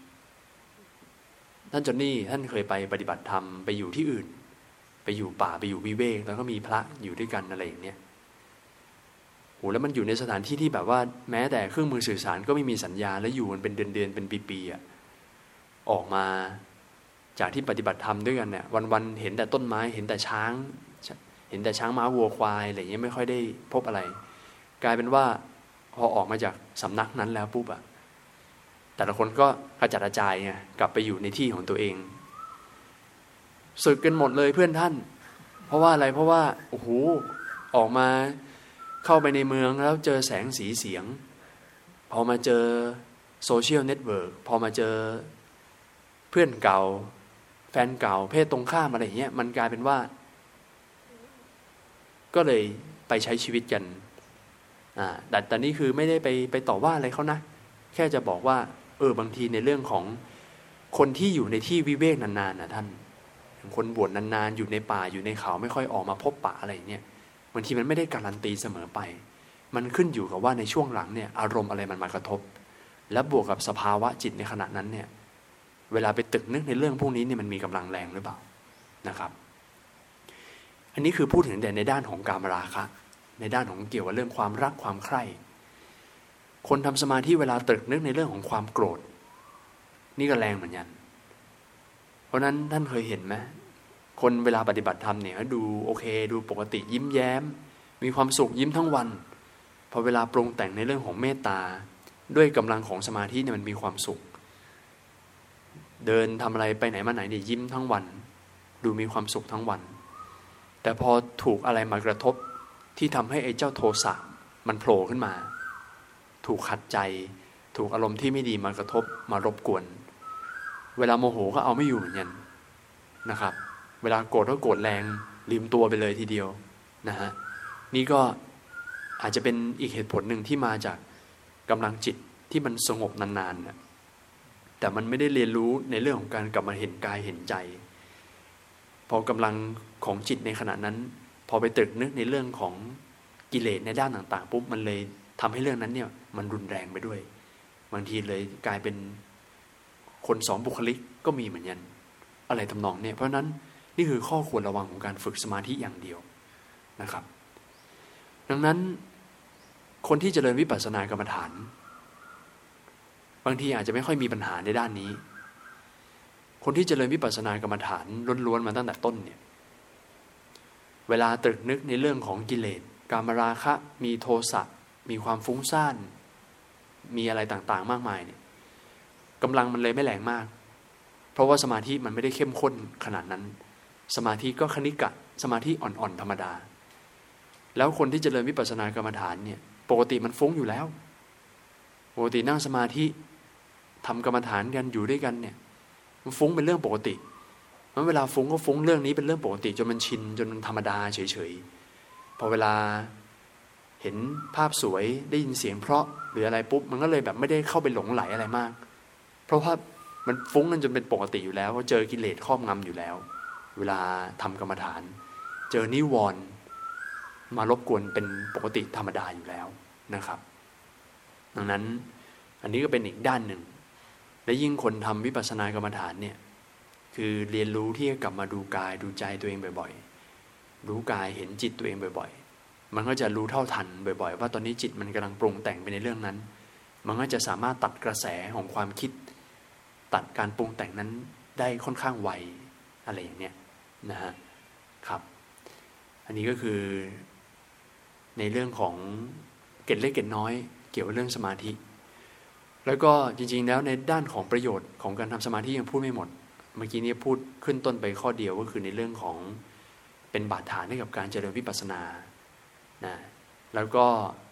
Speaker 1: ท่านจอนนี่ท่านเคยไปปฏิบัติธรรมไปอยู่ที่อื่นไปอยู่ป่าไปอยู่วิเวกแล้วก็มีพระอยู่ด้วยกันอะไรอย่างเนี้ยโหแล้วมันอยู่ในสถานที่ที่แบบว่าแม้แต่เครื่องมือสื่อสารก็ไม่มีสัญญาแล้วอยู่มันเป็นเดือนๆเป็นปีๆอ่ะออกมาจากที่ปฏิบัติธรรมด้วยกันเนี่ยวันๆเห็นแต่ต้นไม้เห็นแต่ช้างเห็นแต่ช้างม้าวัวควายอะไรอย่างเงี้ยไม่ค่อยได้พบอะไรกลายเป็นว่าพอออกมาจากสำนักนั้นแล้วปุ๊บอะแต่ละคนก็กระจัดกระจายไงกลับไปอยู่ในที่ของตัวเองสึกกันหมดเลยเพื่อนท่านเพราะว่าอะไรเพราะว่าโอ้โหออกมาเข้าไปในเมืองแล้วเจอแสงสีเสียงพอมาเจอโซเชียลเน็ตเวิร์กพอมาเจอเพื่อนเก่าแฟนเก่าเพศตรงข้ามอะไรอย่างเงี้ยมันกลายเป็นว่าก็เลยไปใช้ชีวิตกันอ่าแต่ตอนนี้คือไม่ได้ไปไปต่อว่าอะไรเขานะแค่จะบอกว่าเออบางทีในเรื่องของคนที่อยู่ในที่วิเวกนานๆนะท่านคนบวชนานๆอยู่ในป่าอยู่ในเขาไม่ค่อยออกมาพบปะอะไรอย่างเงี้ยบางทีมันไม่ได้การันตีเสมอไปมันขึ้นอยู่กับว่าในช่วงหลังเนี่ยอารมณ์อะไรมันมากระทบและบวกกับสภาวะจิตในขณะนั้นเนี่ยเวลาไปตึกนึกในเรื่องพวกนี้เนี่ยมันมีกำลังแรงหรือเปล่านะครับอันนี้คือพูดถึงแต่ในด้านของกามราคะในด้านของเกี่ยวกับเรื่องความรักความใคร่คนทำสมาธิเวลาตึกนึกในเรื่องของความโกรธนี่ก็แรงเหมือนกันเพราะนั้นท่านเคยเห็นไหมคนเวลาปฏิบัติธรรมเนี่ยดูโอเคดูปกติยิ้มแย้มมีความสุขยิ้มทั้งวันพอเวลาปรุงแต่งในเรื่องของเมตตาด้วยกำลังของสมาธิเนี่ยมันมีความสุขเดินทำอะไรไปไหนมาไหนเนี่ยยิ้มทั้งวันดูมีความสุขทั้งวันแต่พอถูกอะไรมากระทบที่ทำให้ไอ้เจ้าโทสะมันโผล่ขึ้นมาถูกขัดใจถูกอารมณ์ที่ไม่ดีมากระทบมารบกวนเวลาโมโหก็เอาไม่อยู่เหมือนกันนะครับเวลาโกรธก็โกรธแรงลืมตัวไปเลยทีเดียวนะฮะนี่ก็อาจจะเป็นอีกเหตุผลหนึ่งที่มาจากกำลังจิตที่มันสงบนานๆนะแต่มันไม่ได้เรียนรู้ในเรื่องของการกลับมาเห็นกายเห็นใจพอกำลังของจิตในขณะนั้นพอไปตรึกนึกในเรื่องของกิเลสในด้านต่างๆปุ๊บมันเลยทำให้เรื่องนั้นเนี่ยมันรุนแรงไปด้วยบางทีเลยกลายเป็นคนสองบุคลิกก็มีเหมือนกันอะไรทำนองเนี่ยเพราะนั้นนี่คือข้อควรระวังของการฝึกสมาธิอย่างเดียวนะครับดังนั้นคนที่เจริญวิปัสสนากรรมฐานบางทีอาจจะไม่ค่อยมีปัญหาในด้านนี้คนที่เจริญวิปัสสนากรรมฐานล้วนๆมาตั้งแต่ต้นเนี่ยเวลาตรึกนึกในเรื่องของกิเลสกามราคะมีโทสะมีความฟุ้งซ่านมีอะไรต่างๆมากมายเนี่ยกำลังมันเลยไม่แรงมากเพราะว่าสมาธิมันไม่ได้เข้มข้นขนาดนั้นสมาธิก็คณิกะสมาธิอ่อนๆธรรมดาแล้วคนที่เจริญวิปัสสนากรรมฐานเนี่ยปกติมันฟุ้งอยู่แล้วปกตินั่งสมาธิทำกรรมฐานกันอยู่ด้วยกันเนี่ยมันฟุ้งเป็นเรื่องปกติมันเวลาฟุ้งก็ฟุ้งเรื่องนี้เป็นเรื่องปกติจนมันชินจนมันธรรมดาเฉยๆพอเวลาเห็นภาพสวยได้ยินเสียงเพราะหรืออะไรปุ๊บมันก็เลยแบบไม่ได้เข้าไปหลงไหลอะไรมากเพราะว่ามันฟุ้งกันจนเป็นปกติอยู่แล้วเพราะเจอกิเลสครอบงำอยู่แล้วเวลาทำกรรมฐานเจอนิวรณ์มารบกวนเป็นปกติธรรมดาอยู่แล้วนะครับดังนั้นอันนี้ก็เป็นอีกด้านหนึ่งและยิ่งคนทำวิปัสสนากรรมฐานเนี่ยคือเรียนรู้ที่จะกลับมาดูกายดูใจตัวเองบ่อยๆรู้กายเห็นจิตตัวเองบ่อยๆมันก็จะรู้เท่าทันบ่อยๆว่าตอนนี้จิตมันกำลังปรุงแต่งไปในเรื่องนั้นมันก็จะสามารถตัดกระแสของความคิดตัดการปรุงแต่งนั้นได้ค่อนข้างไวอะไรอย่างเนี้ยนะฮะครับอันนี้ก็คือในเรื่องของเกร็ดเล็กเกร็ดน้อยเกี่ยวกับเรื่องสมาธิแล้วก็จริงๆแล้วในด้านของประโยชน์ของการทำสมาธิยังพูดไม่หมดเมื่อกี้นี้พูดขึ้นต้นไปข้อเดียวก็คือในเรื่องของเป็นบาดฐานให้กับการเจริญวิปัสสนานะแล้วก็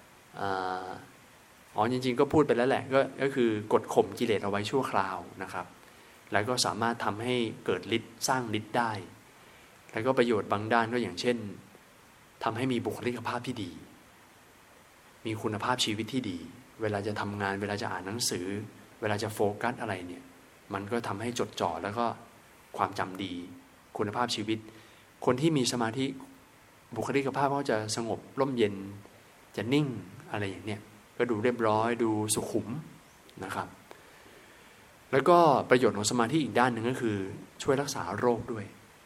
Speaker 1: อ๋อจริงๆก็พูดไปแล้วแหละก็ก็คือกดข่มกิเลสเอาไว้ชั่วคราวนะครับแล้วก็สามารถทำให้เกิดฤทธิ์สร้างฤทธิ์ได้แล้วก็ประโยชน์บางด้านก็อย่างเช่นทำให้มีบุคลิกภาพที่ดีมีคุณภาพชีวิตที่ดีเวลาจะทำงานเวลาจะอ่านหนังสือเวลาจะโฟกัสอะไรเนี่ยมันก็ทำให้จดจ่อแล้วก็ความจำดีคุณภาพชีวิตคนที่มีสมาธิบุคลิกภาพเขาจะสงบร่มเย็นจะนิ่งอะไรอย่างเนี้ยก็ดูเรียบร้อยดูสุขุมนะครับแล้วก็ประโยชน์ของสมาธิอีกด้านหนึ่งก็คือช่วยรักษาโรคด้วย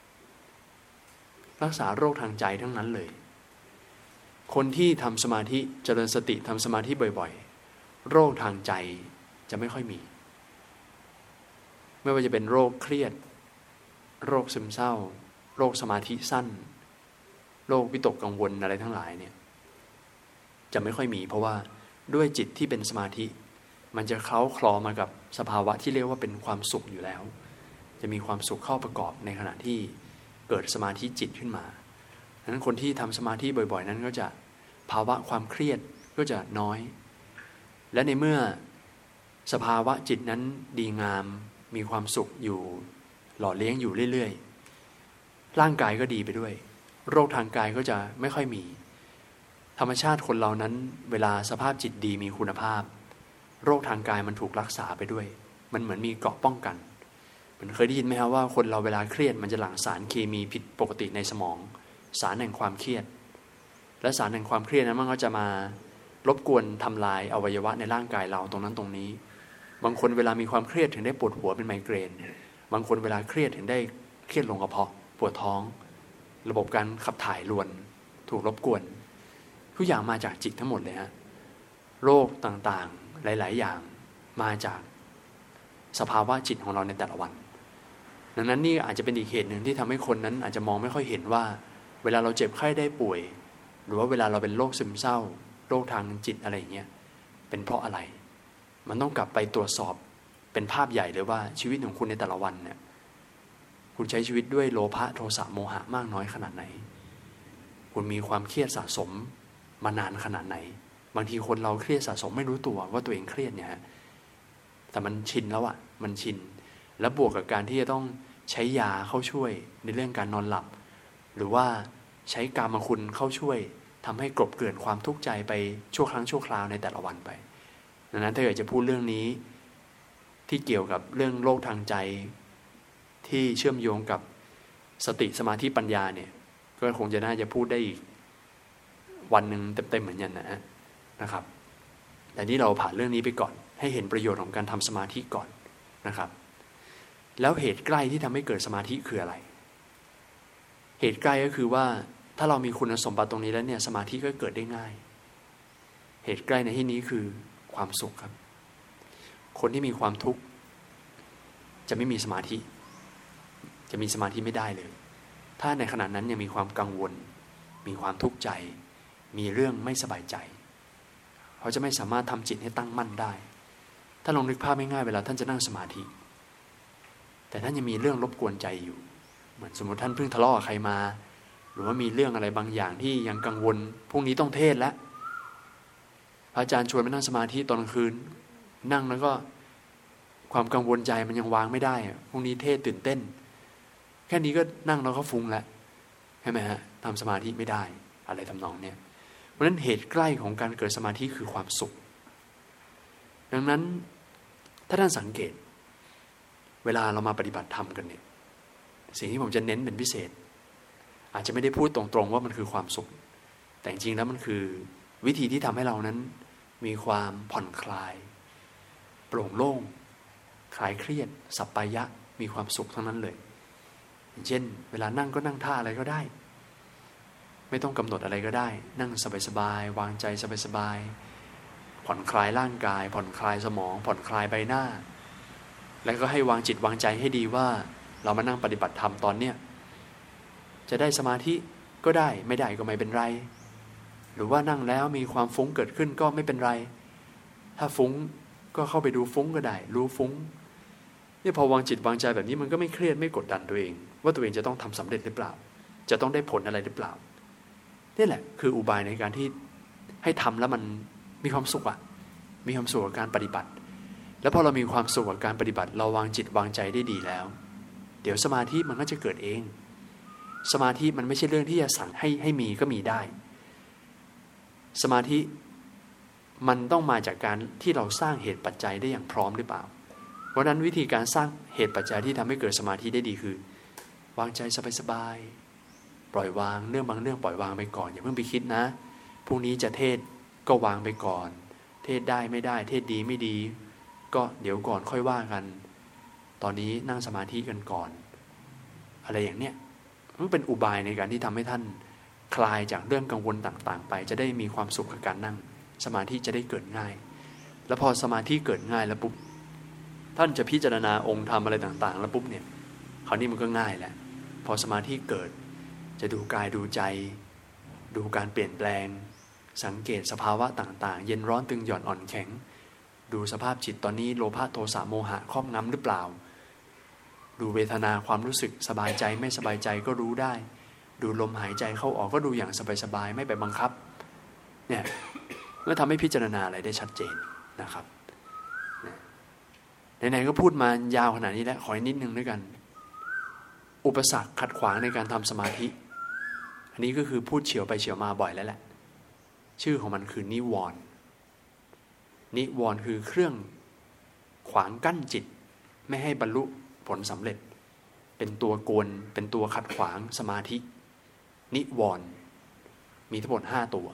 Speaker 1: รักษาโรคทางใจทั้งนั้นเลยคนที่ทำสมาธิเจริญสติทำสมาธิบ่อยๆโรคทางใจจะไม่ค่อยมีไม่ว่าจะเป็นโรคเครียดโรคซึมเศร้าโรคสมาธิสั้นโรควิตกกังวลอะไรทั้งหลายเนี่ยจะไม่ค่อยมีเพราะว่าด้วยจิตที่เป็นสมาธิมันจะเคล้าคลอมากับสภาวะที่เรียกว่าเป็นความสุขอยู่แล้วจะมีความสุขเข้าประกอบในขณะที่เกิดสมาธิจิตขึ้นมาดังนั้นคนที่ทำสมาธิบ่อยๆนั้นก็จะภาวะความเครียดก็จะน้อยและในเมื่อสภาวะจิตนั้นดีงามมีความสุขอยู่หล่อเลี้ยงอยู่เรื่อยๆร่างกายก็ดีไปด้วยโรคทางกายก็จะไม่ค่อยมีธรรมชาติคนเรานั้นเวลาสภาพจิตดีมีคุณภาพโรคทางกายมันถูกรักษาไปด้วยมันเหมือนมีเกราะป้องกันมันเคยได้ยินไหมครับว่าคนเราเวลาเครียดมันจะหลั่งสารเคมีผิดปกติในสมองสารแห่งความเครียดและสารแห่งความเครียดนั้นมันก็จะมารบกวนทำลายอวัยวะในร่างกายเราตรงนั้นตรงนี้บางคนเวลามีความเครียดถึงได้ปวดหัวเป็นไมเกรนบางคนเวลาเครียดถึงได้เครียดลงกระเพาะปวดท้องระบบการขับถ่ายรวนถูกรบกวนทุกอย่างมาจากจิตทั้งหมดเลยฮะโรคต่างๆหลายๆอย่างมาจากสภาวะจิตของเราในแต่ละวันดังนั้นนี่อาจจะเป็นอีกเหตุหนึ่งที่ทำให้คนนั้นอาจจะมองไม่ค่อยเห็นว่าเวลาเราเจ็บไข้ได้ป่วยหรือว่าเวลาเราเป็นโรคซึมเศร้าโรคทางจิตอะไรอย่างเงี้ยเป็นเพราะอะไรมันต้องกลับไปตรวจสอบเป็นภาพใหญ่เลยว่าชีวิตของคุณในแต่ละวันเนี่ยคุณใช้ชีวิตด้วยโลภะโทสะโมหะมากน้อยขนาดไหนคุณมีความเครียดสะสมมานานขนาดไหนบางทีคนเราเครียดสะสมไม่รู้ตัวว่าตัวเองเครียดเนี่ยแต่มันชินแล้วอ่ะมันชินแล้วบวกกับการที่จะต้องใช้ยาเข้าช่วยในเรื่องการนอนหลับหรือว่าใช้กามคุณเข้าช่วยทำให้กลบเกลื่อนความทุกข์ใจไปชั่วครั้งชั่วคราวในแต่ละวันไปดังนั้นถ้าเกิดจะพูดเรื่องนี้ที่เกี่ยวกับเรื่องโรคทางใจที่เชื่อมโยงกับสติสมาธิปัญญาเนี่ยก็คงจะน่าจะพูดได้อีกวันหนึ่งเต็มๆเหมือนกันนะนะครับแต่นี่เราผ่านเรื่องนี้ไปก่อนให้เห็นประโยชน์ของการทำสมาธิก่อนนะครับแล้วเหตุใกล้ที่ทำให้เกิดสมาธิคืออะไรเหตุใกล้ก็คือว่าถ้าเรามีคุณสมบัติตรงนี้แล้วเนี่ยสมาธิก็เกิดได้ง่ายเหตุใกล้ในที่นี้คือความสุขครับคนที่มีความทุกข์จะไม่มีสมาธิจะมีสมาธิไม่ได้เลยถ้าในขณะนั้นยังมีความกังวลมีความทุกข์ใจมีเรื่องไม่สบายใจเขาจะไม่สามารถทำจิตให้ตั้งมั่นได้ถ้าลองนึกภาพง่ายๆเวลาท่านจะนั่งสมาธิแต่ท่านยังมีเรื่องรบกวนใจอยู่เหมือนสมมติท่านเพิ่งทะเลาะกับใครมาหรือว่ามีเรื่องอะไรบางอย่างที่ยังกังวลพรุ่งนี้ต้องเทศแล้วพระอาจารย์ชวนไปนั่งสมาธิตอนกลางคืนนั่งแล้วก็ความกังวลใจมันยังวางไม่ได้พรุ่งนี้เทศตื่นเต้นแค่นี้ก็นั่งแล้วก็ฟุ้งแล้วใช่ไหมฮะทำสมาธิไม่ได้อะไรทำนองเนี้ยเพราะฉะนั้นเหตุใกล้ของการเกิดสมาธิคือความสุขดังนั้นถ้าท่านสังเกตเวลาเรามาปฏิบัติธรรมกันเนี่ยสิ่งที่ผมจะเน้นเป็นพิเศษอาจจะไม่ได้พูดตรงๆว่ามันคือความสุขแต่จริงๆแล้วมันคือวิธีที่ทำให้เรานั้นมีความผ่อนคลายโปร่งโล่งคลายเครียดสัปปายะมีความสุขทั้งนั้นเลยอย่างเช่นเวลานั่งก็นั่งท่าอะไรก็ได้ไม่ต้องกำหนดอะไรก็ได้นั่งสบายๆวางใจสบายๆผ่อนคลายร่างกายผ่อนคลายสมองผ่อนคลายใบหน้าแล้วก็ให้วางจิตวางใจให้ดีว่าเรามานั่งปฏิบัติธรรมตอนเนี้ยจะได้สมาธิก็ได้ไม่ได้ก็ไม่เป็นไรหรือว่านั่งแล้วมีความฟุ้งเกิดขึ้นก็ไม่เป็นไรถ้าฟุ้งก็เข้าไปดูฟุ้งก็ได้รู้ฟุ้งนี่พอวางจิตวางใจแบบนี้มันก็ไม่เครียดไม่กดดันตัวเองว่าตัวเองจะต้องทำสำเร็จหรือเปล่าจะต้องได้ผลอะไรหรือเปล่านี่แหละคืออุบายในการที่ให้ทำแล้วมันมีความสุขอ่ะมีความสุขกับการปฏิบัติแล้วพอเรามีความสุขกับการปฏิบัติเราวางจิตวางใจได้ดีแล้วเดี๋ยวสมาธิมันก็จะเกิดเองสมาธิมันไม่ใช่เรื่องที่จะสั่งให้ให้มีก็มีได้สมาธิมันต้องมาจากการที่เราสร้างเหตุปัจจัยได้อย่างพร้อมหรือเปล่าเพราะนั้นวิธีการสร้างเหตุปัจจัยที่ทำให้เกิดสมาธิได้ดีคือวางใจสบายๆปล่อยวางเรื่องบางเรื่องปล่อยวางไปก่อนอย่าเพิ่งไปคิดนะพรุ่งนี้จะเทศก็วางไปก่อนเทศได้ไม่ได้เทศดีไม่ดีก็เดี๋ยวก่อนค่อยว่ากันตอนนี้นั่งสมาธิกันก่อนอะไรอย่างเนี้ยมันเป็นอุบายในการที่ทำให้ท่านคลายจากเรื่องกังวลต่างๆไปจะได้มีความสุขกับการนั่งสมาธิจะได้เกิดง่ายแล้วพอสมาธิเกิดง่ายแล้วปุ๊บท่านจะพิจารณาองค์ธรรมอะไรต่างๆแล้วปุ๊บเนี่ยคราวนี้มันก็ง่ายแหละพอสมาธิเกิดจะดูกายดูใจดูการเปลี่ยนแปลงสังเกตสภาวะต่างๆเย็นร้อนตึงหย่อนอ่อนแข็งดูสภาพจิตตอนนี้โลภะโทสะโมหะครอบงำหรือเปล่าดูเวทนาความรู้สึกสบายใจไม่สบายใจก็รู้ได้ดูลมหายใจเข้าออกก็ดูอย่างสบายๆไม่ไปบังคับเนี่ยเมื่อทำให้พิจารณาอะไรได้ชัดเจนนะครับไหนๆก็พูดมายาวขนาดนี้แล้วขออีกนิดนึงด้วยกันอุปสรรคขัดขวางในการทำสมาธิอันนี้ก็คือพูดเฉียวไปเฉียวมาบ่อยแล้วแหละชื่อของมันคือนิวรณ์นิวรณ์คือเครื่องขวางกั้นจิตไม่ให้บรรลุผลสำเร็จเป็นตัวกวนเป็นตัวขัดขวางสมาธินิวรณ์มีทั้งหมดห้าตัว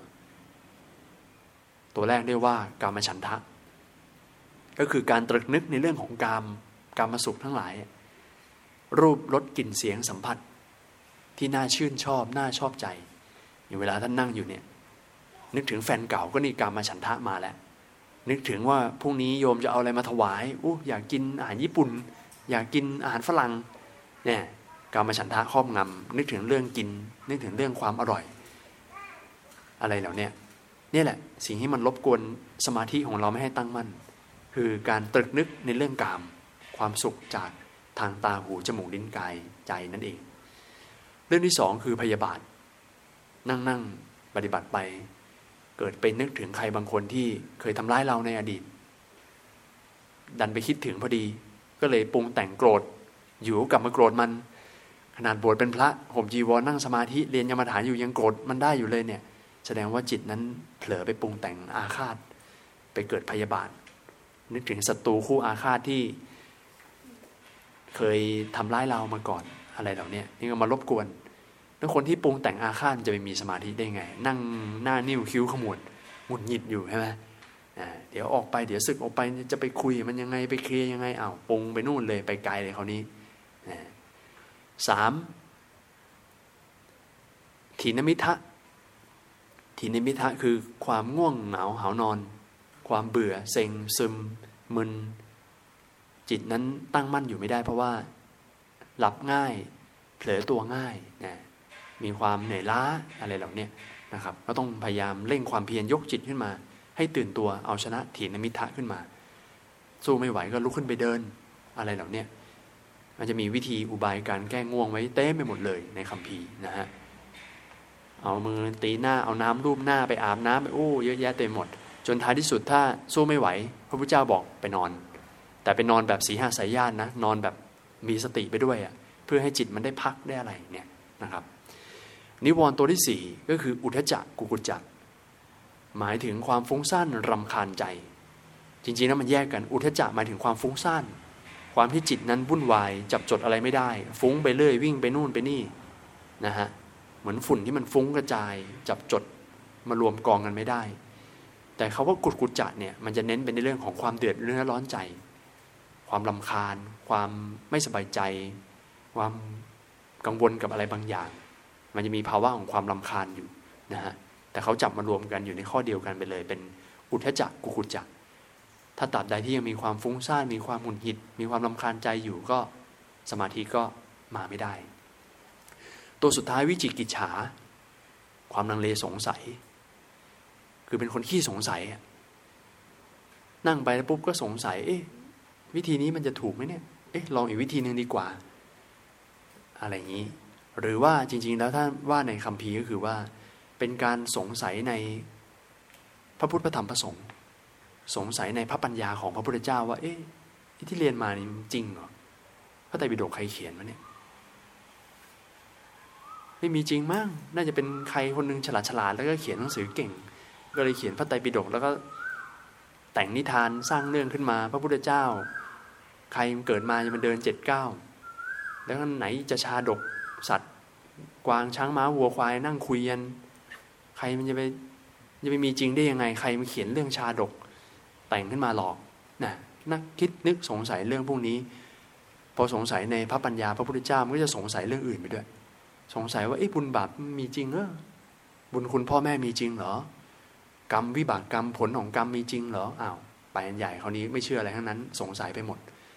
Speaker 1: ตัวแรกเรียกว่ากามฉันทะก็คือการตรึกนึกในเรื่องของกามกามสุขทั้งหลายรูปรสกลิ่นเสียงสัมผัสที่น่าชื่นชอบน่าชอบใจอย่างเวลาท่านนั่งอยู่เนี่ยนึกถึงแฟนเก่าก็นี่กามฉันทะมาแล้วนึกถึงว่าพรุ่งนี้โยมจะเอาอะไรมาถวายอู้อยากกินอาหารญี่ปุ่นอยากกินอาหารฝรั่งเนี่ยกามฉันทะครอบงำนึกถึงเรื่องกินนึกถึงเรื่องความอร่อยอะไรเหล่านี้นี่แหละสิ่งที่มันรบกวนสมาธิของเราไม่ให้ตั้งมั่นคือการตรึกนึกในเรื่องกามความสุขจากทางตาหูจมูกลิ้นกายใจนั่นเองเรื่องที่สองคือพยาบาทนั่งนั่งปฏิบัติไปเกิดไปนึกถึงใครบางคนที่เคยทำร้ายเราในอดีตดันไปคิดถึงพอดีก็เลยปรุงแต่งโกรธอยู่กลับมาโกรธมันขนาดบวชเป็นพระห่มจีวรนั่งสมาธิเรียนยมฐานอยู่ยังโกรธมันได้อยู่เลยเนี่ยแสดงว่าจิตนั้นเผลอไปปรุงแต่งอาฆาตไปเกิดพยาบาทนึกถึงศัตรูคู่อาฆาตที่เคยทำร้ายเรามาก่อนอะไรเหล่านี้นี่ก็มารบกวนแล้วคนที่ปรุงแต่งอาฆาตจะไปมีสมาธิได้ไงนั่งหน้านิ้วคิ้วขมวดหงุดหงิดอยู่ใช่ไหมเดี๋ยวออกไปเดี๋ยวสึกออกไปจะไปคุยมันยังไงไปเคลียร์ยังไงอ้าวปรุงไปนู่นเลยไปไกลเลยคราวนี้สามถีนมิทะถีนมิทะคือความง่วงเหงาหาวนอนความเบื่อเซ็งซึมมึนจิตนั้นตั้งมั่นอยู่ไม่ได้เพราะว่าหลับง่ายเผลอตัวง่ายนะมีความเหนื่อยล้าอะไรเหล่านี้นะครับก็ต้องพยายามเร่งความเพียรยกจิตขึ้นมาให้ตื่นตัวเอาชนะถีนมิทะขึ้นมาสู้ไม่ไหวก็ลุกขึ้นไปเดินอะไรเหล่านี้มันจะมีวิธีอุบายการแก้ง่วงไว้เต็มไปหมดเลยในคัมภีร์นะฮะเอามือตีหน้าเอาน้ำลูบหน้าไปอาบน้ำไปโอ้เยอะแยะเต็มหมดจนท้ายที่สุดถ้าสู้ไม่ไหวพระพุทธเจ้าบอกไปนอนแต่ไปนอนแบบสีหสายญาณนะนอนแบบมีสติไปด้วยอ่ะเพื่อให้จิตมันได้พักได้อะไรเนี่ยนะครับนิวรณ์ตัวที่สี่ก็คืออุทธัจจะกุกุจจะหมายถึงความฟุ้งซ่านรำคาญใจจริงๆแล้วมันแยกกันอุทธัจจะหมายถึงความฟุ้งซ่านความที่จิตนั้นวุ่นวายจับจดอะไรไม่ได้ฟุ้งไปเรื่อยวิ่งไปนู่นไปนี่นะฮะเหมือนฝุ่นที่มันฟุ้งกระจายจับจดมารวมกองกันไม่ได้แต่เขาว่ากุกุจจะเนี่ยมันจะเน้นเป็นในเรื่องของความเดือดเนื้อร้อนใจความรำคาญความไม่สบายใจความกังวลกับอะไรบางอย่างมันจะมีภาวะของความรำคาญอยู่นะฮะแต่เขาจับมารวมกันอยู่ในข้อเดียวกันไปเลยเป็นอุทธัจจะกุกุจจะถ้าตราบใดที่ยังมีความฟุ้งซ่านมีความหงุดหงิดมีความรำคาญใจอยู่ก็สมาธิก็มาไม่ได้ตัวสุดท้ายวิจิกิจฉาความลังเลสงสัยคือเป็นคนขี้สงสัยนั่งไปแล้วปุ๊บก็สงสัยเอ๊ะวิธีนี้มันจะถูกไหมเนี่ยเอ๊ะลองอีกวิธีนึงดีกว่าอะไรอย่างนี้หรือว่าจริงๆแล้วถ้าว่าในคัมภีร์ก็คือว่าเป็นการสงสัยในพระพุทธพระธรรมพระสงฆ์สงสัยในพระปัญญาของพระพุทธเจ้าว่าเอ๊ะที่เรียนมานี่จริงเหรอพระไตรปิฎกใครเขียนวะเนี่ยไม่มีจริงมั้งน่าจะเป็นใครคนนึงฉลาดฉลาดแล้วก็เขียนหนังสือเก่งก็เลยเขียนพระไตรปิฎกแล้วก็แต่งนิทานสร้างเรื่องขึ้นมาพระพุทธเจ้าใครเกิดมาจะมาเดินเจ็ดเก้าแล้วไหนจะชาดกสัตว์กวางช้างม้าวัวควายนั่งคุยกันใครมันจะไปจะไปมีจริงได้ยังไงใครมาเขียนเรื่องชาดกแต่งขึ้นมาหลอกนะนักคิดนึกสงสัยเรื่องพวกนี้พอสงสัยในพระปัญญาพระพุทธเจ้ามันก็จะสงสัยเรื่องอื่นไปด้วยสงสัยว่าเอ๊ะบุญบาปมีจริงเหรอบุญคุณพ่อแม่มีจริงเหรอกรรมวิบากกรรมผลของกรรมมีจริงเหรออ้าวไปอันใหญ่คราวนี้ไม่เชื่ออะไรทั้งนั้นสงสัยไปหมด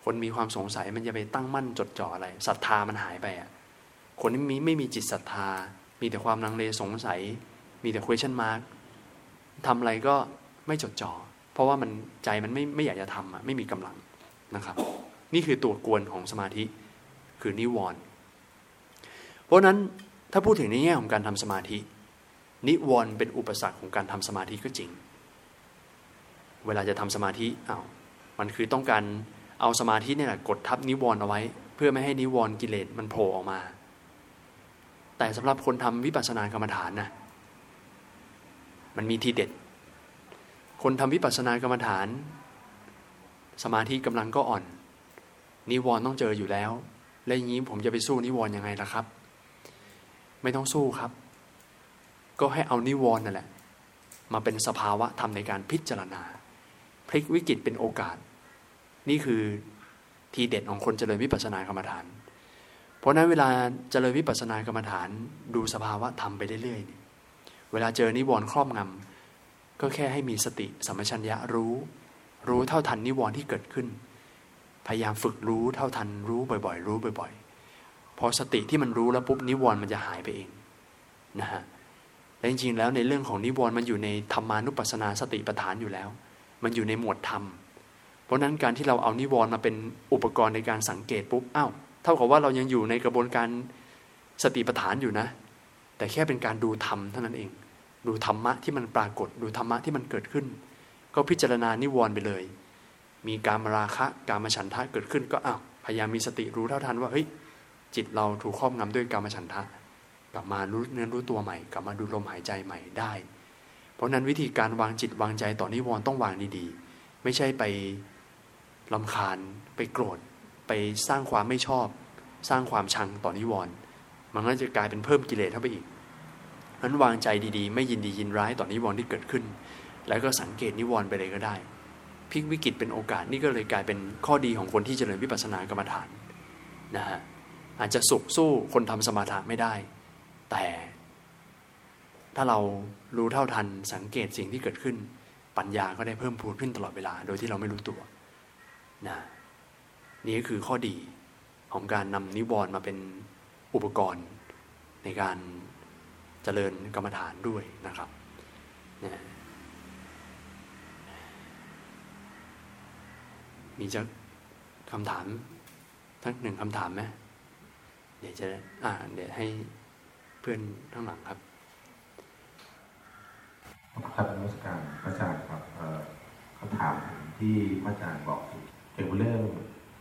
Speaker 1: คนมีความสงสัยมันจะไปตั้งมั่นจดจ่ออะไรศรัทธามันหายไปอ่ะคนที่มีไม่มีจิตศรัทธามีแต่ความลังเลสงสัยมีแต่ question mark ทำอะไรก็ไม่จดจ่อเพราะว่ามันใจมันไม่ไม่อยากจะทำอ่ะไม่มีกำลังนะครับนี่คือตัวกวนของสมาธิคือนิวรณ์เพราะนั้นถ้าพูดถึงในแง่ของการทำสมาธินิวรณ์เป็นอุปสรรคของการทำสมาธิก็จริงเวลาจะทำสมาธิอ้าวมันคือต้องการเอาสมาธิเนี่ยแหละกดทับนิวรณ์เอาไว้เพื่อไม่ให้นิวรณ์กิเลสมันโผล่ออกมาแต่สำหรับคนทำวิปัสสนากรรมฐานนะมันมีทีเด็ดคนทำวิปัสสนากรรมฐานสมาธิกำลังก็อ่อนนิวรณ์ต้องเจออยู่แล้วและอย่างนี้ผมจะไปสู้นิวรณ์ยังไงล่ะครับไม่ต้องสู้ครับก็ให้เอานิวรณ์นั่นแหละมาเป็นสภาวะธรรมในการพิจารณาพลิกวิกฤตเป็นโอกาสนี่คือทีเด็ดของคนเจริญวิปัสสนากรรมฐานเพราะนั้นเวลาเจริญวิปัสสนากรรมฐานดูสภาวะธรรมไปเรื่อยๆเวลาเจอนิวรณ์ครอบงำก็แค่ให้มีสติสัมปชัญญะรู้รู้เท่าทันนิวรณ์ที่เกิดขึ้นพยายามฝึกรู้เท่าทันรู้บ่อยๆรู้บ่อยๆพอสติที่มันรู้แล้วปุ๊บนิวรณ์มันจะหายไปเองนะฮะและจริงๆแล้วในเรื่องของนิวรณ์มันอยู่ในธรรมานุปัสสนาสติปัฏฐานอยู่แล้วมันอยู่ในหมวดธรรมเพราะนั้นการที่เราเอานิวรณ์มาเป็นอุปกรณ์ในการสังเกตปุ๊บอ้าวเท่ากับว่าเรายังอยู่ในกระบวนการสติปัฏฐานอยู่นะแต่แค่เป็นการดูธรรมเท่านั้นเองดูธรรมะที่มันปรากฏดูธรรมะที่มันเกิดขึ้นก็พิจารณานิวรณ์ไปเลยมีกามราคะกามฉันทะเกิดขึ้นก็อ้าวพยายามมีสติรู้เท่าทันว่าเฮ้ยจิตเราถูกครอบงำด้วยกามฉันทะกลับมารู้เนื้อรู้ตัวใหม่กลับมาดูลมหายใจใหม่ได้เพราะนั้นวิธีการวางจิตวางใจต่อนิวรณ์ต้องวางดีๆไม่ใช่ไปรำคาญไปโกรธไปสร้างความไม่ชอบสร้างความชังต่อนิวรณ์มันก็จะกลายเป็นเพิ่มกิเลสเข้าไปอีกนั้นวางใจดีๆไม่ยินดียินร้ายต่อนิวรณ์ที่เกิดขึ้นแล้วก็สังเกตนิวรณ์ไปเลยก็ได้พลิกวิกฤตเป็นโอกาสนี่ก็เลยกลายเป็นข้อดีของคนที่เจริญวิปัสสนากรรมฐานนะฮะอาจจะสุขสู้คนทำสมาธิไม่ได้แต่ถ้าเรารู้เท่าทันสังเกตสิ่งที่เกิดขึ้นปัญญาก็ได้เพิ่มพูนขึ้นตลอดเวลาโดยที่เราไม่รู้ตัวนะนี่ก็คือข้อดีของการนำนิวรณ์มาเป็นอุปกรณ์ในการเจริญกรรมฐานด้วยนะครับนะมีจะคำถามทั้งหนึ่งคำถามไหมเดี๋ยวจะอ่าเดี๋ยวให้เพื่อนข้างหลังครับ
Speaker 2: ครับนมัสการพระอาจารย์ครับคำถามที่พระอาจารย์บอกเกี่ยวกับเรื่อง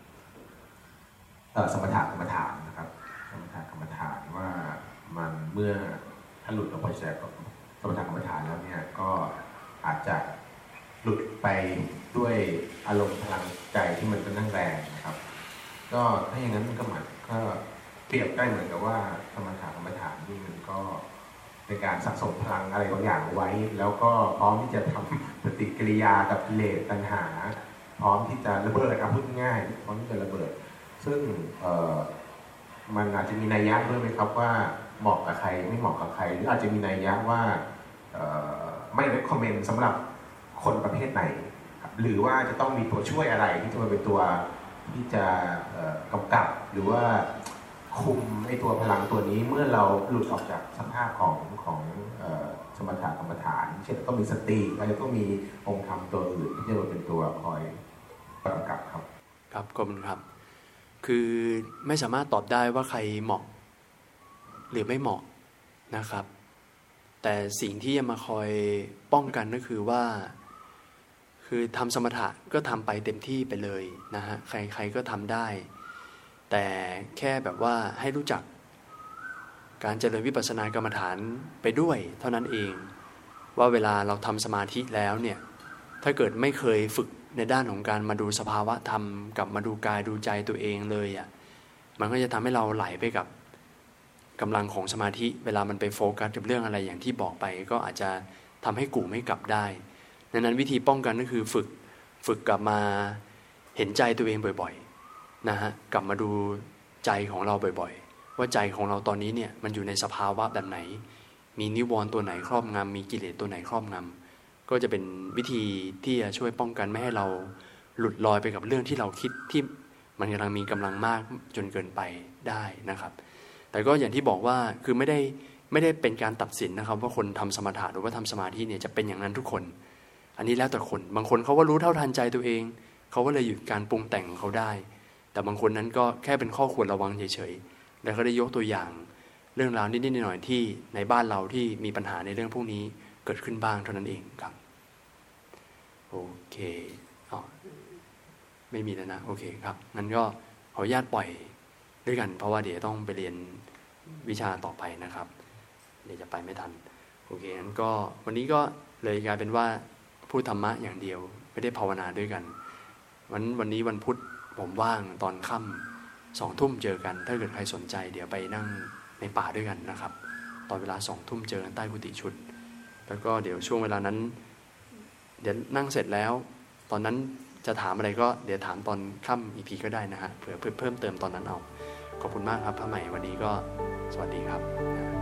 Speaker 2: สมถะกรรมฐานนะครับสมถะกรรมฐานว่ามันเมื่อถ้าหลุดออกไปจากสมถะกรรมฐานแล้วเนี่ยก็อาจจะหลุดไปด้วยอารมณ์พลังใจที่มันก็นั่งแรงนะครับก็ถ้าอย่างนั้นมันก็หมายก็เปรียบได้เหมือนกับว่าสมถะกรรมฐานนี่มันก็ในการสะสมพลังอะไรบางอย่างไว้แล้วก็พร้อมที่จะทำปฏิกิริยากับกิเลสตัณหาพร้อมที่จะระเบิดเอาพูดง่ายพร้อมที่จะระเบิดซึ่งมันอาจจะมีนัยยะด้วยไหมครับว่าเหมาะกับใครไม่เหมาะกับใครหรืออาจจะมีนัยยะว่าไม่ recommend สำหรับคนประเภทไหนหรือว่าจะต้องมีตัวช่วยอะไรที่จะมาเป็นตัวที่จะกำกับหรือว่าคุมไอ้ตัวพลังตัวนี้เมื่อเราหลุดออกจากสภาพของของสมถะกรรมฐานเช่นต้องมีสติแล้วก็มีองค์ธรรมตัวอื่นที่จะมาเป็นตัวคอยกำกับครับ
Speaker 1: ครับขอบคุณครับคือไม่สามารถตอบได้ว่าใครเหมาะหรือไม่เหมาะนะครับแต่สิ่งที่จะมาคอยป้องกันก็คือว่าคือทำสมถะก็ทำไปเต็มที่ไปเลยนะฮะใครๆก็ทำได้แต่แค่แบบว่าให้รู้จักการเจริญวิปัสสนากรรมฐานไปด้วยเท่านั้นเองว่าเวลาเราทำสมาธิแล้วเนี่ยถ้าเกิดไม่เคยฝึกในด้านของการมาดูสภาวะธรรมกับมาดูกายดูใจตัวเองเลยอ่ะมันก็จะทำให้เราไหลไปกับกำลังของสมาธิเวลามันไปโฟกัสกับเรื่องอะไรอย่างที่บอกไปก็อาจจะทำให้กูไม่กลับได้ดังนั้นวิธีป้องกันก็คือฝึกฝึกกลับมาเห็นใจตัวเองบ่อยๆนะฮะกลับมาดูใจของเราบ่อยๆว่าใจของเราตอนนี้เนี่ยมันอยู่ในสภาวะแบบไหนมีนิวรณ์ตัวไหนครอบงำมีกิเลสตัวไหนครอบงำก็จะเป็นวิธีที่จะช่วยป้องกันไม่ให้เราหลุดลอยไปกับเรื่องที่เราคิดที่มันกำลังมีกำลังมากจนเกินไปได้นะครับแต่ก็อย่างที่บอกว่าคือไม่ได้ไม่ได้เป็นการตัดสินนะครับว่าคนทำสมถะหรือว่าทำสมาธิเนี่ยจะเป็นอย่างนั้นทุกคนอันนี้แล้วแต่คนบางคนเขาก็รู้เท่าทันใจตัวเองเขาก็เลยหยุดการปรุงแต่งของเขาได้แต่บางคนนั้นก็แค่เป็นข้อควรระวังเฉยๆแล้วก็ได้ยกตัวอย่างเรื่องราวนิดๆหน่อยๆที่ในบ้านเราที่มีปัญหาในเรื่องพวกนี้เกิดขึ้นบ้างเท่านั้นเองครับโอเคอ๋อไม่มีแล้วนะโอเคครับงั้นก็ขออนุญาตปล่อยด้วยกันเพราะว่าเดี๋ยวต้องไปเรียนวิชาต่อไปนะครับเดี๋ยวจะไปไม่ทันโอเคงั้นก็วันนี้ก็เลยกลายเป็นว่าพูดธรรมะอย่างเดียวไม่ได้ภาวนาด้วยกันวันวันนี้วันพุธผมว่างตอนค่ำสองทุ่มเจอกันถ้าเกิดใครสนใจเดี๋ยวไปนั่งในป่าด้วยกันนะครับตอนเวลาสองทุ่มเจอกันใต้กุฏิชุดแล้วก็เดี๋ยวช่วงเวลานั้นเดี๋ยวนั่งเสร็จแล้วตอนนั้นจะถามอะไรก็เดี๋ยวถามตอนค่ำอีกทีก็ได้นะฮะเผื่อเพิ่มเติมตอนนั้นเอาขอบคุณมากครับพระใหม่วันนี้ก็สวัสดีครับ